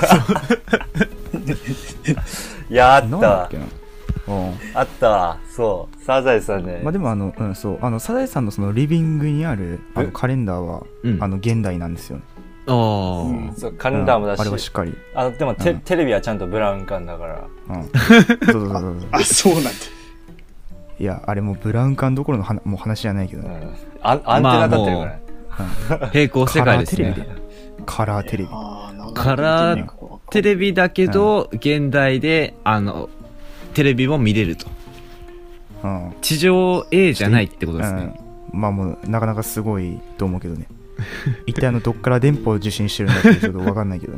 いや、あっなんたわだっけ。な。うん。 あったわ。そう。サザエさんね。 まあでもあの、うん、そう、あの、サザエさんのそのリビングにあるあのえカレンダーは、 うんあの、現代なんですよね。 ああ、 うんそう、カレンダーもだし。 うんあれはしっかり。 あの、でもテ、 うんテレビはちゃんとブラウン管だから。 うん。そうそうそうそう。 あ、そうなんだ。 いや、あれもうブラウン管どころのはなもう話じゃないけどね。 うん。アンアンテナ立ってるからね。 平行世界ですね。 カラーテレビ。 あーなんカラー見てんねんここテレビだけど、現代で、あの、テレビも見れると。 うん。 地上 A じゃないってことですね。 うん。まあもう、なかなかすごいと思うけどね。一体あの、どっから電波を受信してるんだってちょっとわかんないけどね。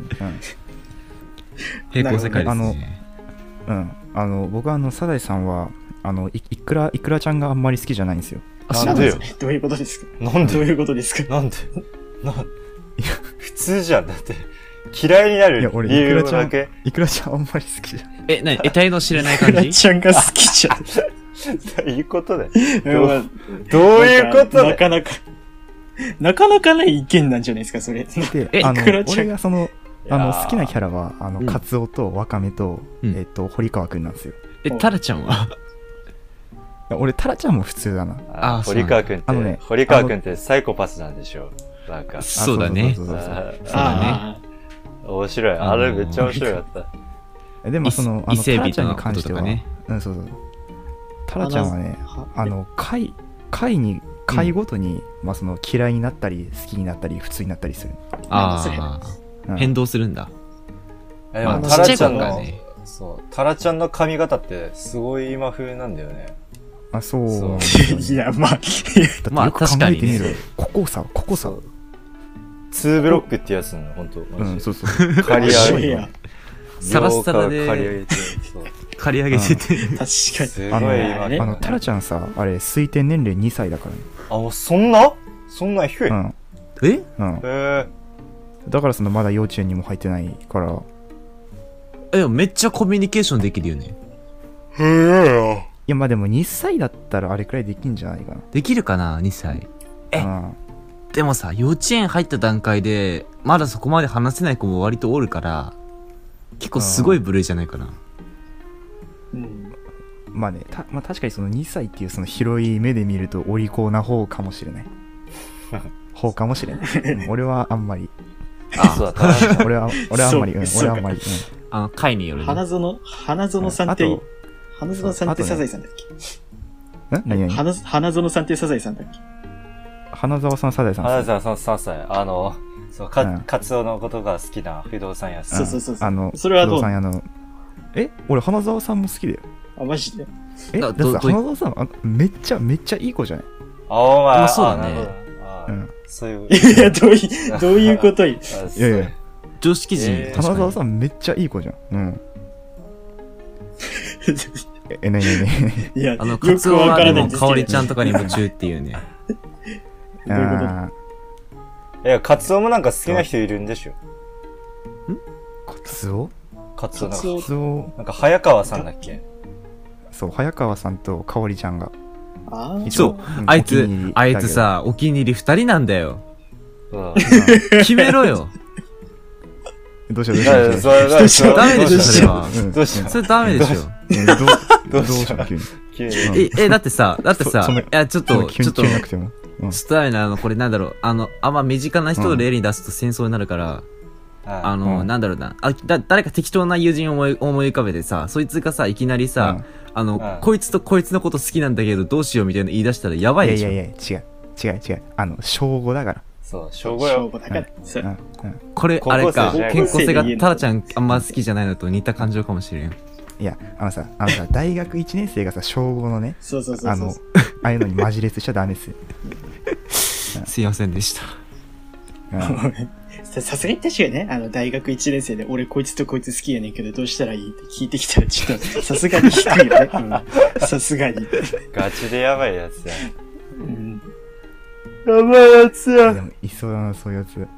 平行世界ですね。 うん。うん。あの、僕はあの、サザエさんは、あの、いいくら、いくらちゃんがあんまり好きじゃないんですよ。 あ、 ななんんでよで。どういうことですかなんでどういうことですかなんでなん普通じゃん。だって、嫌いにないるや、俺、 理由いくらちゃんだけ。、 いくらちゃんあんまり好きじゃん。 え、なに、得体の知れないクラ感じちゃんが好きじゃん。 そういうことで。 まあどういうことでなかなか、なかなかない意見なんじゃないですか、それ。 で、 えあのいくら、ちゃん俺がその、あの、 いやー好きなキャラは、あの、 うんカツオとワカメと、 うんえっと、堀川くんなんですよ。 え、タラちゃんはいや俺、タラちゃんも普通だな。 ああ堀川くんって、 あのね堀川くんってサイコパスなんでしょなんか。 そうだね。 そうそうそうそうあそうだね。 あ面白い。あれめっちゃ面白かった。 えでも、その、あの、 伊勢タラちゃん海老のこに関しては、 ととかね。 うん、そうそう。タラちゃんはね、 ああの、回、回に、回ごとに、まあ、その、嫌いになったり、好きになったり、普通になったりする。 あなんあ、 うん変動するんだ。 えでも、 まあタラちゃんの、 ちっちゃい頃からねそう、タラちゃんの髪型ってすごい今風なんだよね。 あ、そうそうなんですよね。 いや、まあ、 だってまあよく考えてみる確かにね。 ここさ、ここさ。 ツーブロックってやつなの、ほんと。マジでうん、そうそう。 刈り一緒上げや。 サラッサラで両側刈り上げて。そう。 刈り上げてて。 確かに。 すごいあの今ねあの、タラちゃんさ、あれ、推定年齢にさいだからね。 あ、もうそんなそんな低い、へうん。 えうん。 え。 だからその、まだ幼稚園にも入ってないから、 え、でもめっちゃコミュニケーションできるよね。 へえよ。 や、まあでもにさいだったらあれくらいできんじゃないかな。 できるかな、にさい。え、 うん、 でもさ、幼稚園入った段階で、まだそこまで話せない子も割とおるから、結構すごい部類じゃないかな。 うん。 まあね、たまあ、確かにそのにさいっていうその広い目で見るとお利口な方かもしれない。方かもしれない。うん、俺はあんまり。 あ、そうだった。 俺は、俺はあんまり、うん、俺はあんまり。うん、 あの、回によるね。 花園、花園さんって、 うん花園さんってサザエさんだっけ？ ん何々 花花園さんってサザエさんだっけ？ 花沢さん、サザエさん。 花沢さんさんさい。あの、そう、か、 うん、 カツオのことが好きな不動産屋さん。 そうそうそう。 あの、 それはどう？ 不動産屋の。え俺、花沢さんも好きだよ。 あ、マジで？ え、だってさ、花沢さん、あめっちゃ、めっちゃいい子じゃない？ あ、お前、 まあそうだね。 あ、 うん。 そういう。 いや、どういう、どういうことよ。 いやいや、 常識人。 えー花沢さんめっちゃいい子じゃん。うん。え、なになにいや、 あの、 よカツくわオはでも、 からないんですけど。 かおりちゃんとかに夢中っていうね。 どういうこと？ あいや、カツオもなんか好きな人いるんでしょ。 ーカツオカツオなんか、 カツオカツオなんか早川さんだっけ？ そう、早川さんとかおりちゃんが。 ああ。 そう、 うんあいつお気に入り、 あいつさ、お気に入り二人なんだよ。 うん。 決めろよ。 どうしよう、どうしよう。どうしそれ、それ、 ダメでしょ、それは。 うんどうしよそれダメでしょ。 うんどうどうどうしようしたの急に。 急に。 うんえ、え、だってさ、だってさ、 そそのいや、ちょっと、 その急にちょっと、 急になくても。うんちょっとダメな、あの、これなんだろう、あの、あんま身近な人を例に出すと戦争になるから、ああの、 うんなんだろうな、あ、だ、誰か適当な友人を思い、思い浮かべてさ、そいつがさ、いきなりさ、あの、 うんこいつとこいつのこと好きなんだけど、どうしようみたいな言い出したらやばいでしょ。 いやいやいや、違う。違う違う。あの、小ごだから。 そう、小五小よ。 五だから。そううんうんこれ、 高校生あれかじゃな、い健康性が高校生で言えんのタラちゃんあんま好きじゃないのと似た感情かもしれん。 いや、あのさ、あのさ、大学いちねん生がさ、小ごのね、 そうそうそうそう。 あの、ああいうのにマジレスしちゃダメですよ。 すいませんでした。 うんささすがに確かにね、あの、大学いちねん生で、俺こいつとこいつ好きやねんけど、どうしたらいいって聞いてきたら、ちょっと、さすがに低いよね。うんさすがに。 ガチでやばいやつや。 うんやばいやつや。 でも、いそうだな、そういうやつ。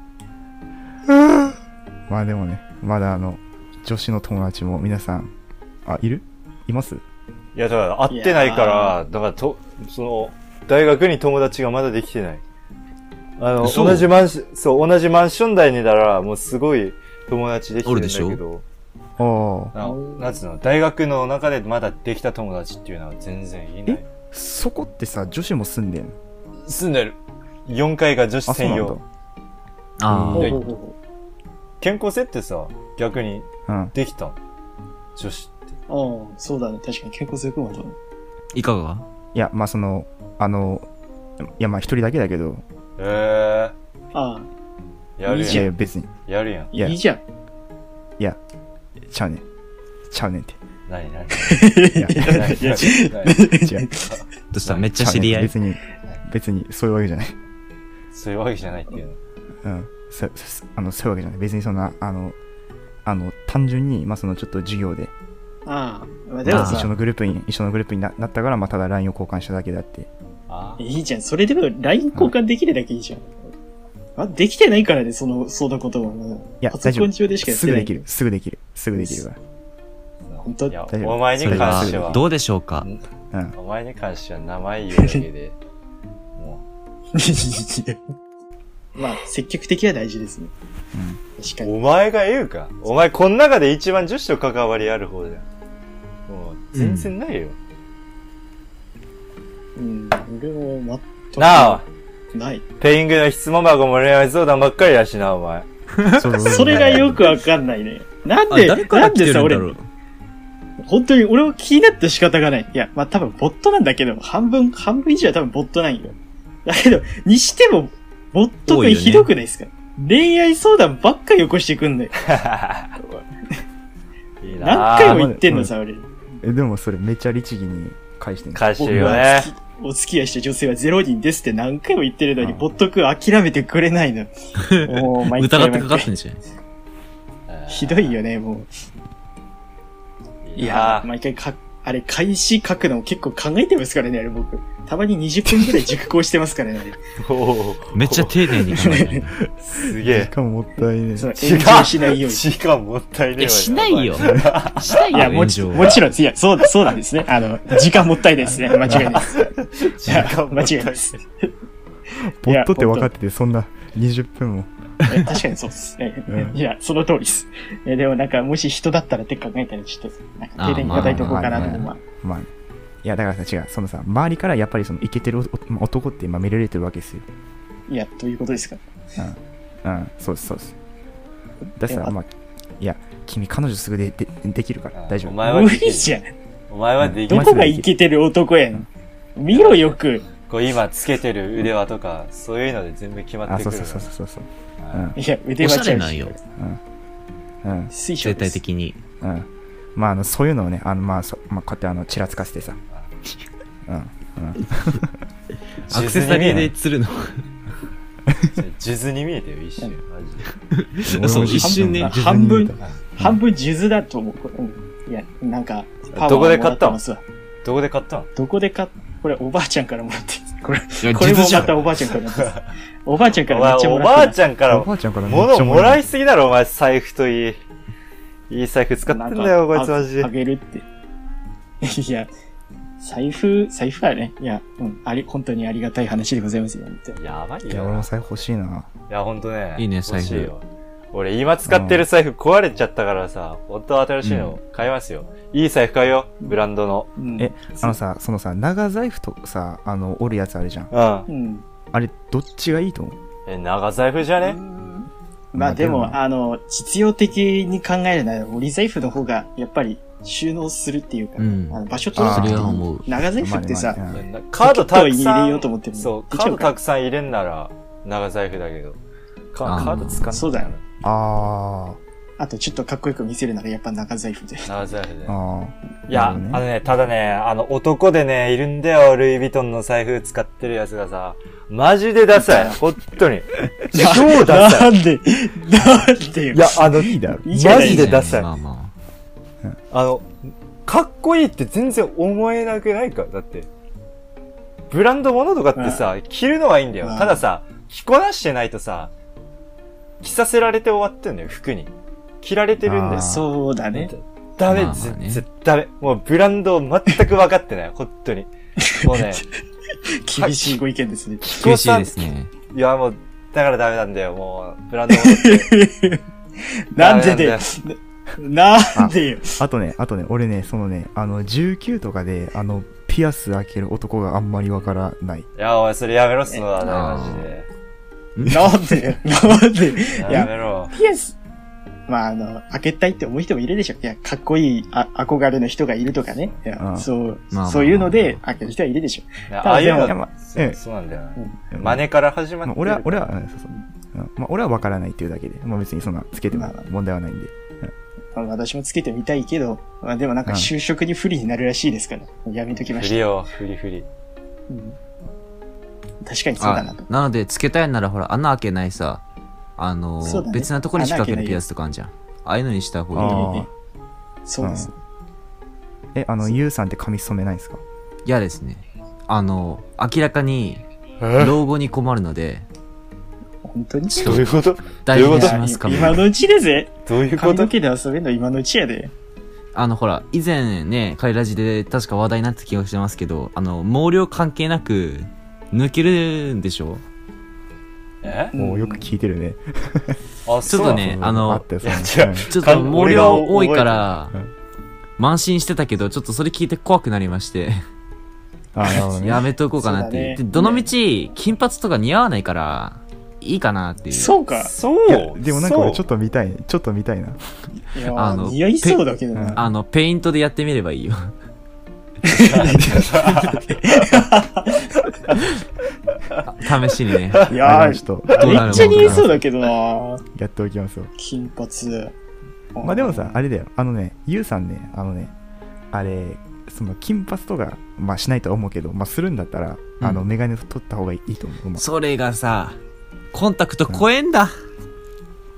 まあでもね、まだあの、女子の友達も皆さん、あ、いるいますいや、だから会ってないから、だからと、その、大学に友達がまだできてない。あの、 そう同じマンション、そう、同じマンション内にいたら、もうすごい友達できてるんだけおるでど、 ああ。 ななんつうの、大学の中でまだできた友達っていうのは全然いない。 そこってさ、女子も住んでんの？ 住んでる。よんかいが女子あ、そうなんだ専用。。 あほうはいほうほうほ健康性ってさ、逆にうん。 できたん女子って。 う。ああ、そうだね。確かに健康性くんはどう？ いかがいや、まあその、あの、いや、まあ一人だけだけど、 えああ、 ー、やるいいじゃんいやいや、別に。 やるやん。 いやいいじゃん。 いや、ちゃうねん。ちゃうねんって。 なになにいや、 いや何何違う。 どうしためっちゃ知り合い別に、別に、そういうわけじゃない。 そういうわけじゃないっていうの。 うん。そ、そあの、そういうわけじゃない。別にそんな、あの、あの、単純に、まあそのちょっと授業で、 ああ、まあでもあさ一緒の、グループに、一緒のグループにななったから、まあただ ライン を交換しただけであって。 あーいいじゃん。それでも ライン 交換できるだけいいじゃん。あ、できてないからね、その、そんなことも。 いや、 パソコン上でしかやってない。 すぐできる。すぐできる。すぐできるから。 本当いや、 大丈夫お前にそれ関しては、 はどうでしょうかうん。 お前に関しては名前言うだけで、もまあ、積極的は大事ですね。 うん。 確かう、 に。 お前が言うか。お前この中で一番女子と関わりある方じゃん。もう、全然ないよ。 うん、俺も全くなあ、 ない。 ペイングの質問箱も恋愛相談ばっかりやしな、お前。 そうそれがよくわかんないね。なんあ、 で、 誰から来なんでさ、俺てるんだろ、う本当に俺も気になって仕方がない。いや、まあ多分ボットなんだけど、半分、半分以上は多分ボットなんよ。だけど、にしても、ボットってひどくないですか？恋愛相談ばっかり起こしてくんのよ。 いいな何回もぁ。 言ってんのさ、俺。 え、でもそれめっちゃ律儀に返してんの。 返して僕はるよね。 好きお付き合いした女性はゼロ人ですって何回も言ってるのに、 うんボットくん諦めてくれないの。もう、毎回疑ってかか毎回ってんじゃん。 ひどいよね、もう。いやー、毎回か、 あれ、開始書くの結構考えてますからね、あれ僕。たまににじゅっぷんくらい熟考してますからね、あれ。 おめっちゃ丁寧に考えてる。 すげえ。 時間もったいねそう、炎上しないように。 時間もったいねえわ。 いや、しないよ。しないよ、 いや、もち、 炎上もちろん、いや、そう、そうなんですね。あの、時間もったいないですね。間違いないです。 時間も間ったい違いないです。 ポットって分かってて、そんなにじゅっぷんも。 え確かにそうです。えうんいや、その通りです。えでもなんか、もし人だったらって考えたら、ちょっと、なんか、丁寧に叩いておこうかなと思う。まあまあ、いや、だからさ、違う、そのさ、周りからやっぱりそのイケてるお男ってまあ見られてるわけですよ。 いや、どういうことですか？ うん、うん、そうです、そうです。だってさ、 えあまあ、いや、君、彼女すぐででできるから、大丈夫。 お前は無できる。 理じゃん。 お前はできる。 どこがイケてる男やん。見ろよく。 こう今つけてる腕輪とか、そういうので全部決まってあ、 くるから。 そうそうそうそうそう。 うんいや、腕おしゃはちゃうし。 れなんよ。 うん、うん、 全水晶です。 体的に。 うん。まあ、あの、そういうのをね、あの、まあ、そまあ、こうやってあの、ちらつかせてさ。うん、うん。 アクセサリーで釣るの。 数珠に見えてよ、一瞬。マジで。 そう、一瞬ね。 半分数珠に見え、 半分数珠だと思う。これうんいや、なんか、パワーどこで買ったのもらますわどこで買ったのどこで買っこれおばあちゃんからもらって。これ、 いや、 これも実じゃん。 またおばあちゃんからもらって。おばあちゃんかお前、 らめっちゃおばもらってます。 あちゃんからおばあちゃんからめっちゃ物もらいすすぎだろ、お前、財布といい。いい財布使ってんだよ、こいつマジああで。 げるって。いや、財布、財布はね、いや、うん、あり、本当にありがたい話でございますよ。本当にやばいいや、 よな。 俺も財布欲しいな。 いや、ほんとね。 いいね欲しよ俺、今使ってる財布壊れちゃったからさ、本当は新しいの買いますよ。いい財布買うよ、ブランドの。 うんえ、あのさ、そのさ、長財布とさ、あの、折るやつあるじゃん。 うんう。ん。 あれ、どっちがいいと思う？ え、長財布じゃねまあでも、 まあでもあの、実用的に考えるなら、折り財布の方が、やっぱり収納するっていうか、 うんあの場所取らなそくていいれは思う。 長財布ってさ、 まあねまあねカードたくポケットにさ入れようと思ってん、 もそう、 できちゃうからカードたくさん入れんなら、長財布だけど。カあーカード使んないそうだよ。 ああとちょっとかっこよく見せるならやっぱ長財布で。 長財布でー、。あいや、 なるほどねあのね、ただね、あの、男でね、いるんだよ、ルイ・ヴィトンの財布使ってるやつがさ、マジでダサい。ほんとに。超ダサい。 なんで、なんでよ。 いや、あの、 いいだろ。 いいじゃないマジでダサい。 まあまあの、かっこいいって全然思えなくないかだって。ブランド物とかってさ、着るのはいいんだよ。 うんたださ、着こなしてないとさ、着させられて終わってんだよ、服に。着られてるんだよ。 そうだね。 ダメ、 まあまあねぜぜダメ。もうブランドを全く分かってない。本当に。もうね、 厳しいご意見ですね。 あ。厳しいですね。 いやもう、だからダメなんだよ、もう。ブランド物って。 なんででダメ、 なんでよ。 あとね、あとね、俺ね、そのね、あの、じゅうきゅうとかで、あの、ピアス開ける男があんまりわからない。 いや、お前それやめろっすのだね、 あーマジで。 なんでなんでいやや、 めろ。 ピアス、まあ、あの、開けたいって思う人もいるでしょ。いや、かっこいいあ憧れの人がいるとかね。いや、 うんそう、 まあまあそういうので開ける人はいるでしょ。 いやああいうのただでもそうええそうなんだよな。 うん真似から始まってる。 まあ俺は、俺は、うんそうそう。うんまあ、俺はわからないっていうだけで、まあ別にそんなつけても問題はないんで。 まあ私もつけてみたいけど、まあでもなんか就職に不利になるらしいですから、やめときました。 振りよ、振り振り。 うん確かにそうだなあと。 なので、つけたいならほら、穴開けないさ、あのそうだね別なところに仕掛け穴開けないよるピアスとかあるじゃん。ああいうのにした方がいいと思う。 あーそうです。 え、あの、ゆうさんって髪染めないんですか？ 嫌ですね。あの、明らかに、 え老後に困るので、 本当にどういうこと大事にどういうことしますかも。 今のうちでぜ。 どういうこと髪の毛で遊べるの今のうちやで。 あの、ほら、以前ね、カイラジで確か話題になった気がしてますけど、あの、毛量関係なく、抜けるんでしょ？ えもうよく聞いてるね。 あ、 ちょっとね、あのあっ、たよ、そいやの違うちょっと毛量多いからうん、 慢心してたけど、ちょっとそれ聞いて怖くなりまして、 あ、なるほどね。 やめとこうかなっていう。 そうだねで、どのみち、金髪とか似合わないから、いいかなっていう。 そうか。 そういやでもなんか俺ちょっっと見たい、ちょっと見たいな。 いやあの似合いそうだけどペな。 あの、ペイントでやってみればいいよ。試しにね。 いやーあのちょっと、 めどうなるっちゃ似合いそうだけどな。 やっておきますよ。 金髪。 まあでもさ、あれだよ。あのね、ゆうさんね、あのね、あれ、その金髪とか、まあしないとは思うけど、まあするんだったら、 うんあの、メガネ取った方がいいと思う。まあそれがさ、コンタクト超えんだ。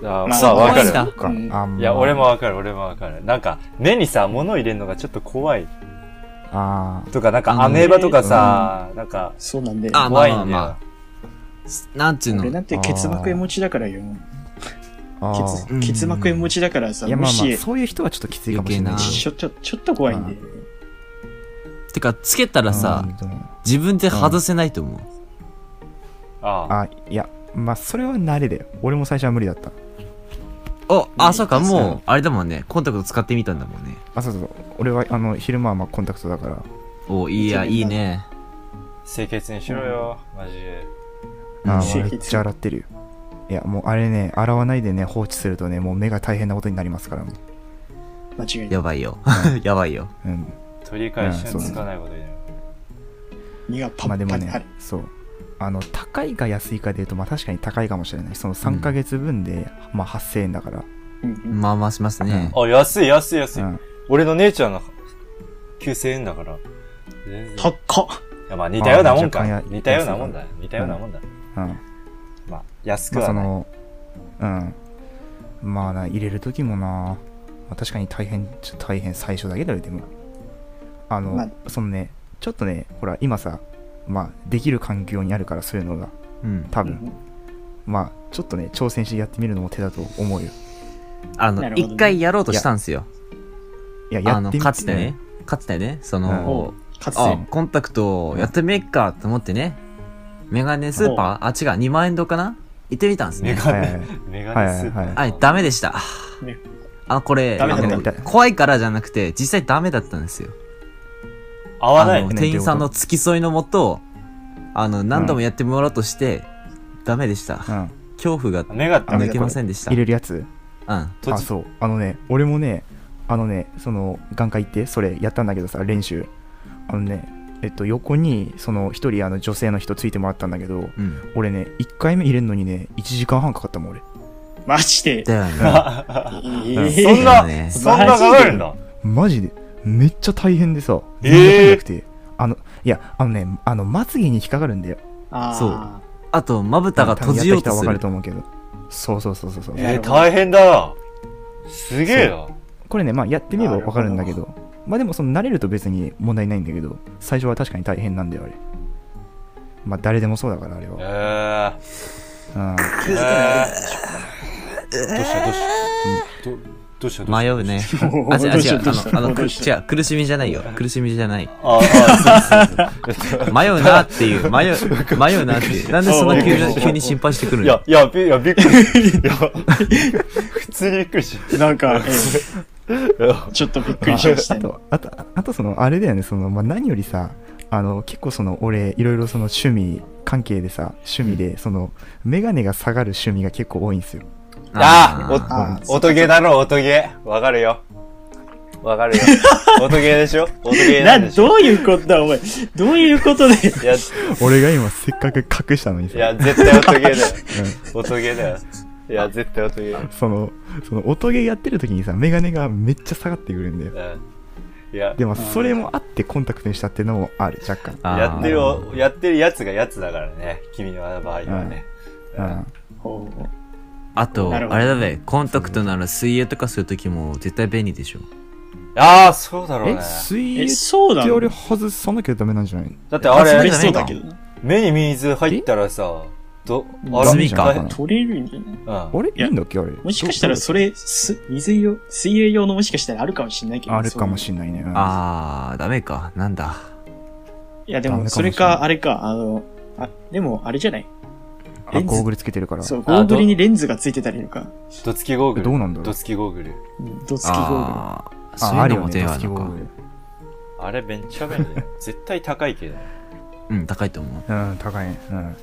あ、 まあまあ、わかる。 怖いんだかうんあんまいや、俺もわかる、俺もわかる。なんか、目にさ、物入れるのがちょっと怖い。 あとか、なんか、 あのねアメーバとかさ、なんか、 そうなんで。 あ怖いんだよ。 まあまあなんちゅうの俺なんて結膜炎持ちだからよ。 ああ結うん結膜炎持ちだからさ、 いやまあまあもし、 そういう人はちょっときついかもしれない余計なちょ、ちょ、ちょっと怖いんで。 てかつけたらさうんでも自分で外せないと思う、 ああ。 あいやまあそれは慣れだよ。俺も最初は無理だった。 おあそうかそうもうあれだもんねコンタクト使ってみたんだもんね。 あそうそうそう俺はあの昼間はまあコンタクトだからおいいやいいね。 清潔にしろよ、マジで。 あ清潔めっちゃ洗ってるよ。いやもうあれね洗わないでね放置するとねもう目が大変なことになりますからもう間違いない。 やばいよやばいよ。 うん取り返しのつかないことになる。 身がパまあでもッパにあるね。そうあの高いか安いかでいうとまあ確かに高いかもしれない。そのさんかげつぶんで、まあはっせんえんだからうんうんまあまあしますね。 あ、安い、安い、安い。 うん俺の姉ちゃんのきゅうせんえんだから。全然。い高っ。 や、まあ似たようなもんかあ若干や。 似たようなもんだ。似たようなもんだ。 うんまあ、安くまあはない。 そのうんまあな入れる時もな、まあ、確かに大変ちょっと大変最初だけだよ。でもあの、 まそのねちょっとねほら今さまあできる環境にあるからそういうのがうん。 多分、 うんまあちょっとね挑戦してやってみるのも手だと思うよ。 あのなるほどね一回やろうとしたんすよ。 いややあのってみてかつてねかつてねその、 かつてあコンタクトやってみっかと思ってねメガネスーパーあ違うにまん円堂かな行ってみたんですね。 メガネはいはい、 メガネスーパはいー。 はい、ダメでした。 ねあの、これ、 ダメだったあの怖いからじゃなくて、実際ダメだったんですよ。 合わないあの、。店員さんの付き添いのもと、あの、何度もやってもらおうとして、ダメでした。 うん恐怖が目が、 あの抜けませんでした。 入れるやつうん。 とじあそうあのね俺もねあのねその眼科行ってそれやったんだけどさ練習あのねえっと横にその一人あの女性の人ついてもらったんだけどうん。 俺ねいっかいめ入れるのにねいちじかんはんかかったもん俺。 マジで。 だよね。 えそんーな、 ねそんなかかるんだ。 マジでめっちゃ大変でさえー全然なくて、あのいやあのねあのまつげに引っかかるんだよ。 あーそうあと、まぶたが閉じようとする多分やった人は分かると。思うけどそうそうそうそうそう、 えー、大変だな。すげえな。 これねまあやってみれば分かるんだけどまあでもその慣れると別に問題ないんだけど最初は確かに大変なんだよあれ。まあ誰でもそうだからあれは。 えうんー。えー、どうしたどうしたどどうしたどうした迷うね。 もうあ、違うどうし違う。 ようどうしようあの、あの、くどうしよう違う。苦しみじゃないよ。苦しみじゃない。 ああ、そうそうそう。 迷うなっていう。迷う、迷うなっていう。なんでそんな急に急に心配してくるのいや、いや、びいやびっくりした。いや、普通にびっくりしなんか、えーた。 ちょっとびっくりしましたね。 あと、あと、あとその、あれだよね、その、まあ、何よりさ、あの、結構その、俺、いろいろその趣味関係でさ、趣味で、その、メガネが下がる趣味が結構多いんですよ。 あーあーお、音ゲーだろ、音ゲー。わかるよ。わかるよ。音ゲーでしょ音ゲーななん、 でしょどういうことだ、お前。どういうことで。 いや、 俺が今、せっかく隠したのにさ、 いや、絶対音ゲーだよ。音ゲーだよ。いや、絶対音ゲー。 その、その、音ゲーやってる時にさ、メガネがめっちゃ下がってくるんだよ。 うん。いや、 でも、それもあってコンタクトにしたっていうのもある、若干。 あーやってるお、やってるやつがやつだからね。君の場合はね。 うん。 ほうあと、 なるほどあれだべ、コンタクトなら水泳とかするときも絶対便利でしょ。 ああ、そうだろうえ、 ね。 水泳え、 っそうなのてあれ外さなきゃダメなんじゃないだってああそれ嬉し、そうだけどな。 目に水入ったらさ、ど、あ罪か大変取れるんじゃないうん。 あれいやいいんだっけあれ。 もしかしたらそれ、す、水用、水泳用のもしかしたらあるかもしれないけど。 あるかもしれんないね。うんあー、ダメか。なんだ。 いや、でも、 ダメかもそれしれないか、あれか、あの、あ、でも、あれじゃないあ、ゴーグルつけてるから。 そう、ゴーグルにレンズがついてたりとか、 どつきゴーグル。 どうなんだろうどつきゴーグル。 うんどつきゴーあー、そうあ、あいうのもるよね、ドスキ手はあるのか。 ゴーグル。 あれめっちゃ便利だよ。絶対高いけどね。 うん、高いと思う。 うん、高いね。うん。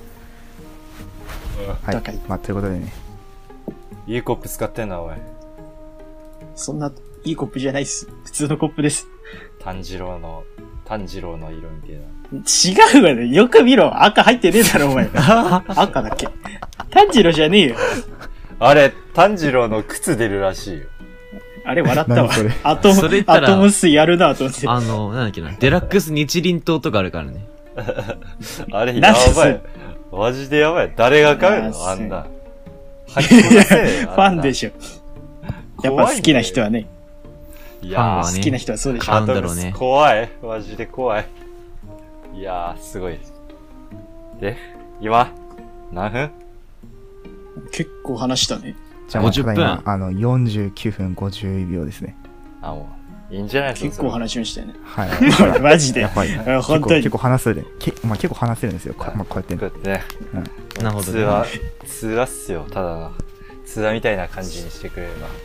はい。 高いまあ、ということでね。 いいコップ使ってんな、おい。 グル。そんな、いいコップじゃないっす。普通のコップです。 炭治郎の、炭治郎の色みたいな。 違うわね。よく見ろ。赤入ってねえだろ、お前。赤だっけ。炭治郎じゃねえよ。 あれ、炭治郎の靴出るらしいよ。 あれ笑ったわ何それ。 アトムそれ言っ、たらアトムスやるなと思って。 あの、なんだっけな、デラックス日輪刀とかあるからね。 あれ、やなんでそればい。マジでやばい。誰が買うあーのあんな。 吐き出せファンでしょ。やっぱ好きな人はね。 いやー、 ファンはね好きな人はそうでしょ。 なんだろうね怖い。マジで怖い。いやー、すごい。で、今、何分結構話したね。 じゃあ、 ごじゅっぷんただいまあの、よんじゅうきゅうふんごじゅうびょうですね。 あ、もう、いいんじゃないですか。 結構話しましたよね。 はい。 マジで。 やっぱり、 あ結構、 本当に結。構話せる。けまあ、結構話せるんですよ。こまあ、こうやってね。 こうやってね。 なるほどね通話、通話っすよ、ただの。通話みたいな感じにしてくれれば。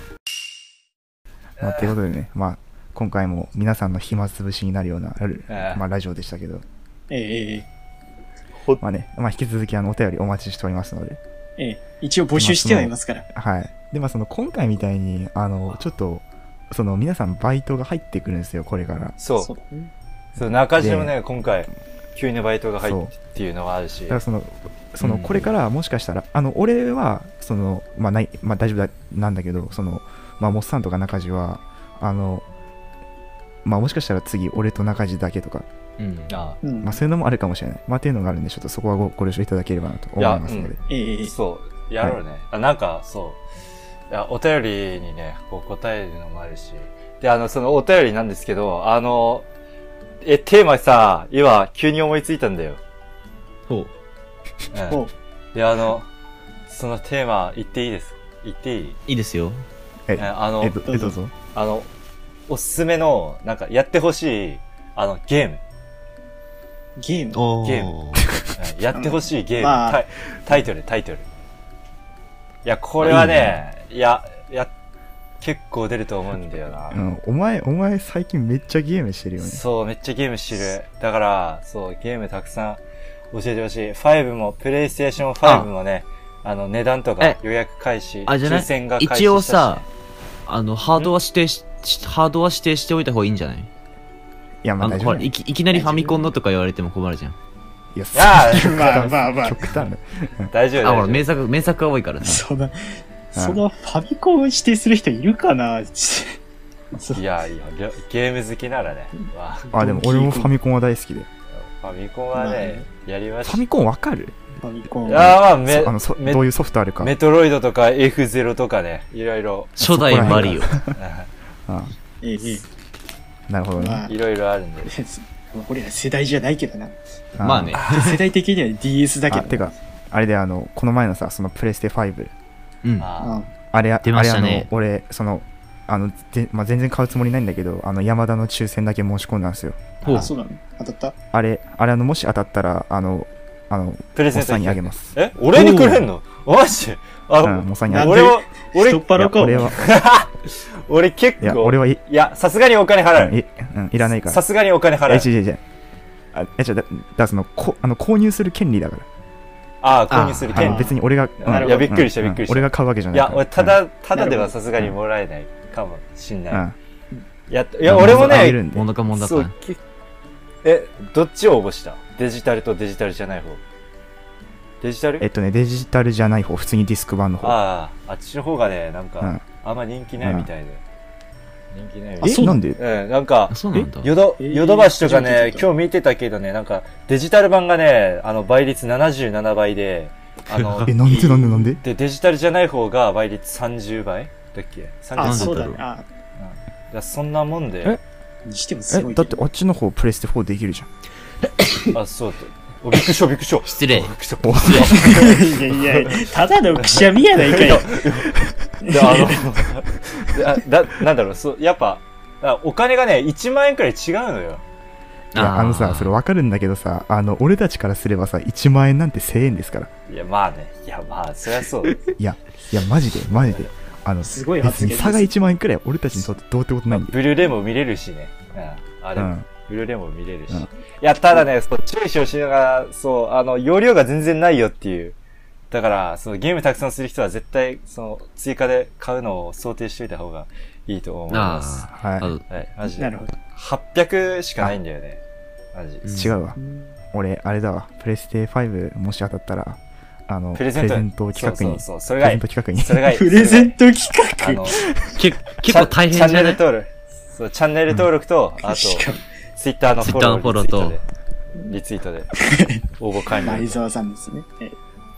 まあ、ということでね、まあ、今回も皆さんの暇つぶしになるような、 ええまあ、ラジオでしたけど、 ええええまあね、まあ、引き続きあのお便りお待ちしておりますので、 ええ一応募集してはいますから。 はい。で、まあ、その今回みたいに、あの、ちょっと、その皆さんバイトが入ってくるんですよ、これから。 そう。 そうだね。 そう、中島もね、今回、急にバイトが入ってっていうのがあるし。 だからその、その、 うんこれからもしかしたら、あの、俺は、その、まあ、ない、まあ、大丈夫だ、なんだけど、その、まあ、モッサンとか中地は、あの、まあ、もしかしたら次、俺と中地だけとか、 うん。 あうん。 まあ、そういうのもあるかもしれない。まあ、っていうのがあるんで、ちょっとそこはごご了承いただければなと思いますので。 ええええそう、やろうね。あ、なんか、そう。いや、お便りにね、こう答えるのもあるし。で、あの、そのお便りなんですけど、あの、え、テーマさ、今、急に思いついたんだよ。 ほう。 うん。 おうで、あの、そのテーマ、言っていいですか？言っていい？ いいですよ。 え、 えあのえ、どえどうぞ。 あの、おすすめの、なんか、やってほしい、あの、ゲーム。 ゲーム。 おゲームうんやってほしいゲーム、 まあタイ。タイトル、タイトル。いや、これはね、いや、いや、結構出ると思うんだよな。 うん、お前、お前最近めっちゃゲームしてるよね。 そう、めっちゃゲームしてる。だから、そう、ゲームたくさん教えてほしい。ファイブも、プレイステーションファイブもね、あの、値段とかえ予約開始、 あ、じゃない抽選が開始したし一応さ、あの、ハードは指定し、しハードは指定しておいた方がいいんじゃない？ いや、まああの、 大丈夫だよ。 ほらいき、いきなりファミコンのとか言われても困るじゃん。 いや、 いやーまあまあまあ。 極端だ。 大丈夫、 あ、ほら、 大丈名作、名作が多いからね。 その、そのファミコンを指定する人いるかなそ夫。いやいや、りょゲーム好きならね。わあ、でも俺もファミコンは大好きで。 ファミコンはね、やりました。 ファミコンわかる？ ファミコン。 いやーまあ、メそあのそメどういうソフトあるか。 メトロイドとか エフゼロ とかね、いろいろ、 初代マリオ。 あえええなるほどね。 まあいろいろあるんで。 俺ら世代じゃないけどな。 あまあね。 世代的には ディーエス だけど。 あてか、あれであの、この前のさ、そのプレステファイブ。 うん。 ああれ、 出ましたねあれあの、俺、その、あの、ぜまあ、全然買うつもりないんだけど、あの、山田の抽選だけ申し込んだんですよ。 ほうあ、。そうなの当たったあれ、あれ、あの、もし当たったら、あの、あの、 プレゼントモッサンにあげます。 え俺にくれんのマジであ、 うん、モッサンにあげなんで俺は、俺、 太っ腹か。 いや俺は、 俺結いや、 構、 俺はい、 いや、さすがにお金払う。 うんいうん、いらないから。 さすがにお金払え、 う。 違う違う違う。あ、え、違う、だ、だその、こ、あの、購入する権利だから。 ああ、購入するあの権利。 別に俺が、うんなるほどいやびっくりしたうんびっくりした俺が買うわけじゃいや、 ないから。 俺、ただ、 うんただではさすがにもらえないかもしんない。 うん。 いや、いや、 まあ俺もね、 まずあげるんでもんだかもんだったね。 そうきえ、どっちを応募したデジタルとデジタルじゃない方。デジタルえっとね、デジタルじゃない方、普通にディスク版の方。 ああ、あっちの方がね、なんか、 うんあんま人気ないみたいで。人気ないみたいえ、 あそうなんでうん、なんかあ、、そうなんだ。 ヨド、 えーヨドバシとか初めて聞い、たね今日見てたけどね、なんか、デジタル版がね、あの、倍率ななじゅうななばいで、あの、 え、なんでなんでなんでで、デジタルじゃない方が倍率さんじゅうばいだっけ ?さんじゅうあ、 なんそうだだろう。 ねあ、 いや、そんなもんでえ、 にしてもすえ、 ごいけど。 だってあっちの方プレステフォーできるじゃん。 あ、そうと。お、びっくりした、びっくりした。 失礼びっくりした。 おいやいや、ただのくしゃみやないかよ。 で、あの、だ、だ、なんだろう、そう、やっぱ、あお金がね、いちまん円くらい違うのよ。 いや、あのさ、それわかるんだけどさ、あの、俺たちからすればさ、いちまん円なんてせんえんですから。 いや、まあね。いや、まあ、そりゃそう。 いや、いや、マジで、マジで。あの、 すごい発言です別に差がいちまん円くらい俺たちにとってどうってことないんで。 ブルーレイも見れるしね。うん。あれ、 うん。 ブルーレイも見れるし。 うんいや、ただね、そう、注意してほしいのが、そう、あの、容量が全然ないよっていう。だから、そのゲームたくさんする人は絶対、その、追加で買うのを想定しておいた方がいいと思います。 ああ。 ははい、マジで。 なるほど。 はっぴゃくしかないんだよね。マジ。 うんい。違うわ。俺、あれだわ。プレステファイブもし当たったら、あの、 プレゼント企画に、 そうそうそう、それがいいプレゼント。企画に。 それがいい。 プレゼントあ企の、 け結構大変じゃチャンネルない？ 登録。そう、チャンネル登録と、あ画。 と、 しかも、 ツイッターのフォロー。 Twitter のフォローとリツイートで。リツイートで。応募完了。 前澤さんですね。え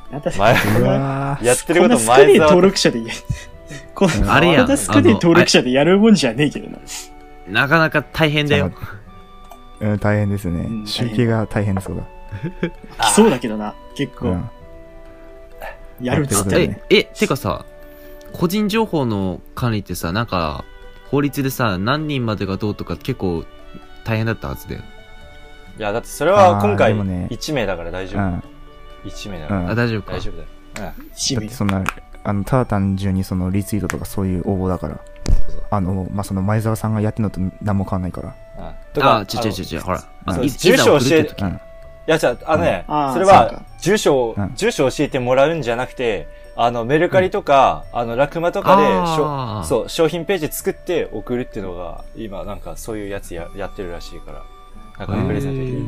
なんだ前うわやってることこんな少ねえ前澤登録者でや、こんなあれやんこんな少ねえ登録者でやるもんじゃねえけどな。 なかなか大変だよ。 ーうん、大変ですね。 うん集計が大変そうだ。 来そうだけどな、結構。 うん。 やるっつって。 ということでねえ、え、てかさ、個人情報の管理ってさ、なんか、法律でさ、何人までがどうとか結構大変だったはずだよ。 いや、だってそれは今あー回でもねいち名だから大丈夫。 うん。 いち名だからうんあ、大丈夫か。 大丈夫だよ。 使命だってそんな、あの、ただ単純にそのリツイートとかそういう応募だから、あの、まあ、その前澤さんがやってるのと何も変わんないから。 うん。うん。とあ、ちょちょちょちょ、ほら。 そうい住所を教えいざ送るって時うん。 いや、じゃあ、あのね、 うんそれはあーそうか、 住所をうん、 住所を教えてもらうんじゃなくて、あの、メルカリとか、あの、ラクマとかで、しあーょそう、商品ページ作って送るっていうのが、今、なんか、そういうやつや、やってるらしいから。なんか、プレゼントできる。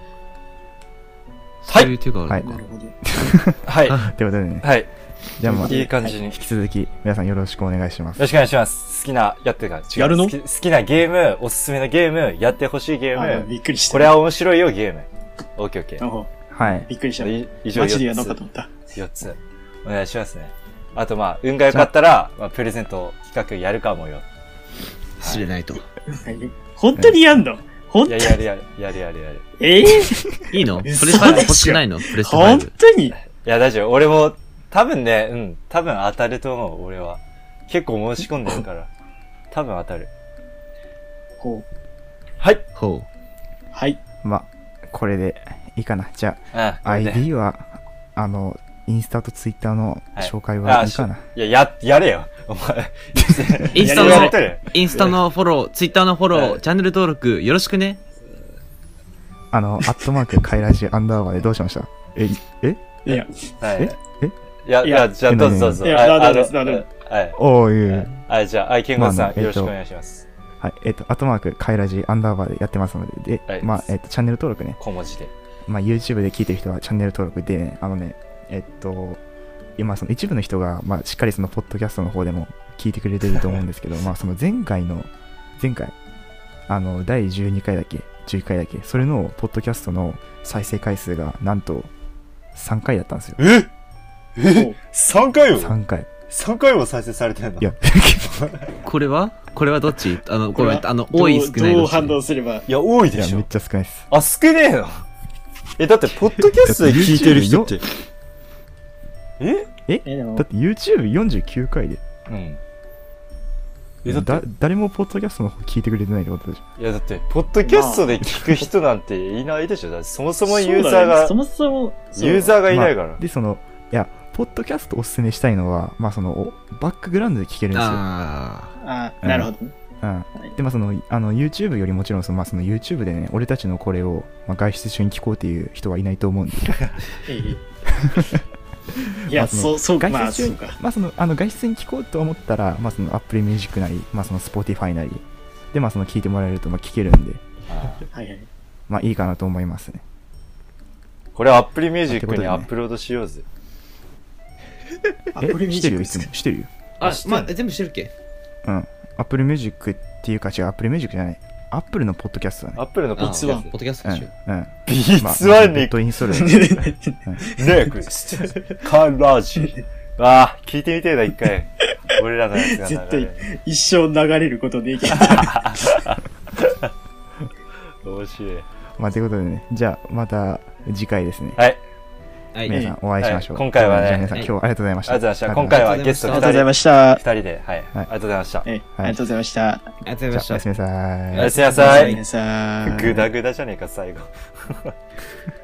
そういう手があるのか。 なるほど。 はい。 ということでね、 はい。 じゃあまあ、 いい感じに。よ引き続き皆さんよろしくお願いします。 ろしくお願いします。好きな、やってるから。違うやるの好き好きなゲーム、おすすめのゲーム、やってほしいゲあーム、 びっくりした。 これは面白いよ、ゲーム。オッケーオッケー。 おはい。 びっくりした。 い以上マジでや 4 んのかつと思った。 よっつ。お願いしますね。あとまあ、運が良かったら、まあ、プレゼント企画やるかもよ。 知れないと。 本当にやんの本いや、 当にやるやる、やるやるやる。 えいいのプレス嘘でしょファイブ欲しくないのプレスファイ本ブ。 当にいや、大丈夫。俺も、多分ね、うん、多分当たると思う、俺は。結構申し込んでるから。多分当たる。 ほう。 はい。 ほはい。 まあ、これでいいかな。じゃああ、アイディー は、あの、インスタとツイッターの紹介あはいいかな。 いや、や、やれよ。お前。 う。インスタのやれやれ、てるインスタのフォロー、ツイッターのフォロー、 はいチャンネル登録よろしくね。 あの、アットマーク、カイラジアンダーバーでどうしましたえ、えいや、 はい。 ええいや、いいやや、じゃあ、どうぞどうぞ。 いやはいなんでですあのなんではい。 おーい、 はい、じゃあ、はい、ケンゴさん、 まあねよろしくおえっと願いします。 はい、えっと、アットマーク、カイラジアンダーバーでやってますので、で、 はいまあ、えっと、チャンネル登録ね。 小文字で。 まあ、YouTube で聞いてる人はチャンネル登録で、ね、あのね、えっと、今、その一部の人が、まあ、しっかりその、ポッドキャストの方でも聞いてくれてると思うんですけど、まあ、その前回の、前回、あの、だいじゅうにかいだっけ、じゅういっかいだっけ、それの、ポッドキャストの再生回数が、なんと、さんかいだったんですよ。 ええ ?さん 回もさんかい。 さんかいも再生されてんのいや、 これはこれはどっちあの、ごめん、 これはあの、多い少ないどうどっち反応すれば。 いや、多いいや、 でしょめっ。ちゃ少ないです。 あ、少ねえのえ、だって、ポッドキャストで聞いてる人って。ええ、でもだっ、て ユーチューブよんじゅうきゅうかいで、 うん。え、だだって、 誰もポッドキャストの方聞いてくれてないってことでしょ。 いや、だって、ポッドキャストで聞く人なんていないでしょ。だってそもそもユーザーがそうだねそ、もそも、そうユーザーがいないからまあ。で、その、いや、ポッドキャストおすすめしたいのは、まあ、その、おバックグラウンドで聞けるんですよ。 ああーなるほどね。 うん。で、まあ、その、あの、YouTube よりもちろん、その、まあ、その YouTube でね、俺たちのこれを、まあ、外出中に聞こうっていう人はいないと思うんで。 ええいや、 まあそのそう、そうか、まあ、 外出中にそうか。、 まあ、その、あの、外出に聞こうと思ったら、まあ、その、Apple Music なり、まあ、その、Spotify なり、で、まあ、その、聞いてもらえると、まあ、聞けるんで、 あはいはい。 まあ、いいかなと思いますね。 これ、アップルミュージックってことでねにアップロードしようぜ。 え、 アプリミューしてるよ、いつも。 ジックですかしてるよ。 あ。あ知っ、てんのまあ、全部してるっけうん。Apple Music っていうか、違う、Apple Music じゃない。Apple のポッドキャストだね。 アップルのポッドキあ、 ャスト。 ポッドキャストでしょ。 うん。うん。 ビーまあ、 ツワンにベッドインストール。 ネクスト。カーラジ。ああ、聞いてみてえな、一回。俺らのやつが絶流れ対、一生流れることできない。 面白い。 まあ、ということでね、じゃあ、また次回ですね。 はい。 はい。 皆さんお会いしましょう。 はい今回はねじゃあ皆さん、今日はありがとうございました。 ありがとうございました。今回はゲスト二ありがとうござい人、 ました。 二人で、はい。ありがとうございました。 ええありがとうございました。 ありがとうございじゃあ、 ましたおやす。みなさい。 おやすみなさい皆。さん。 グダグダじゃねえか、最後。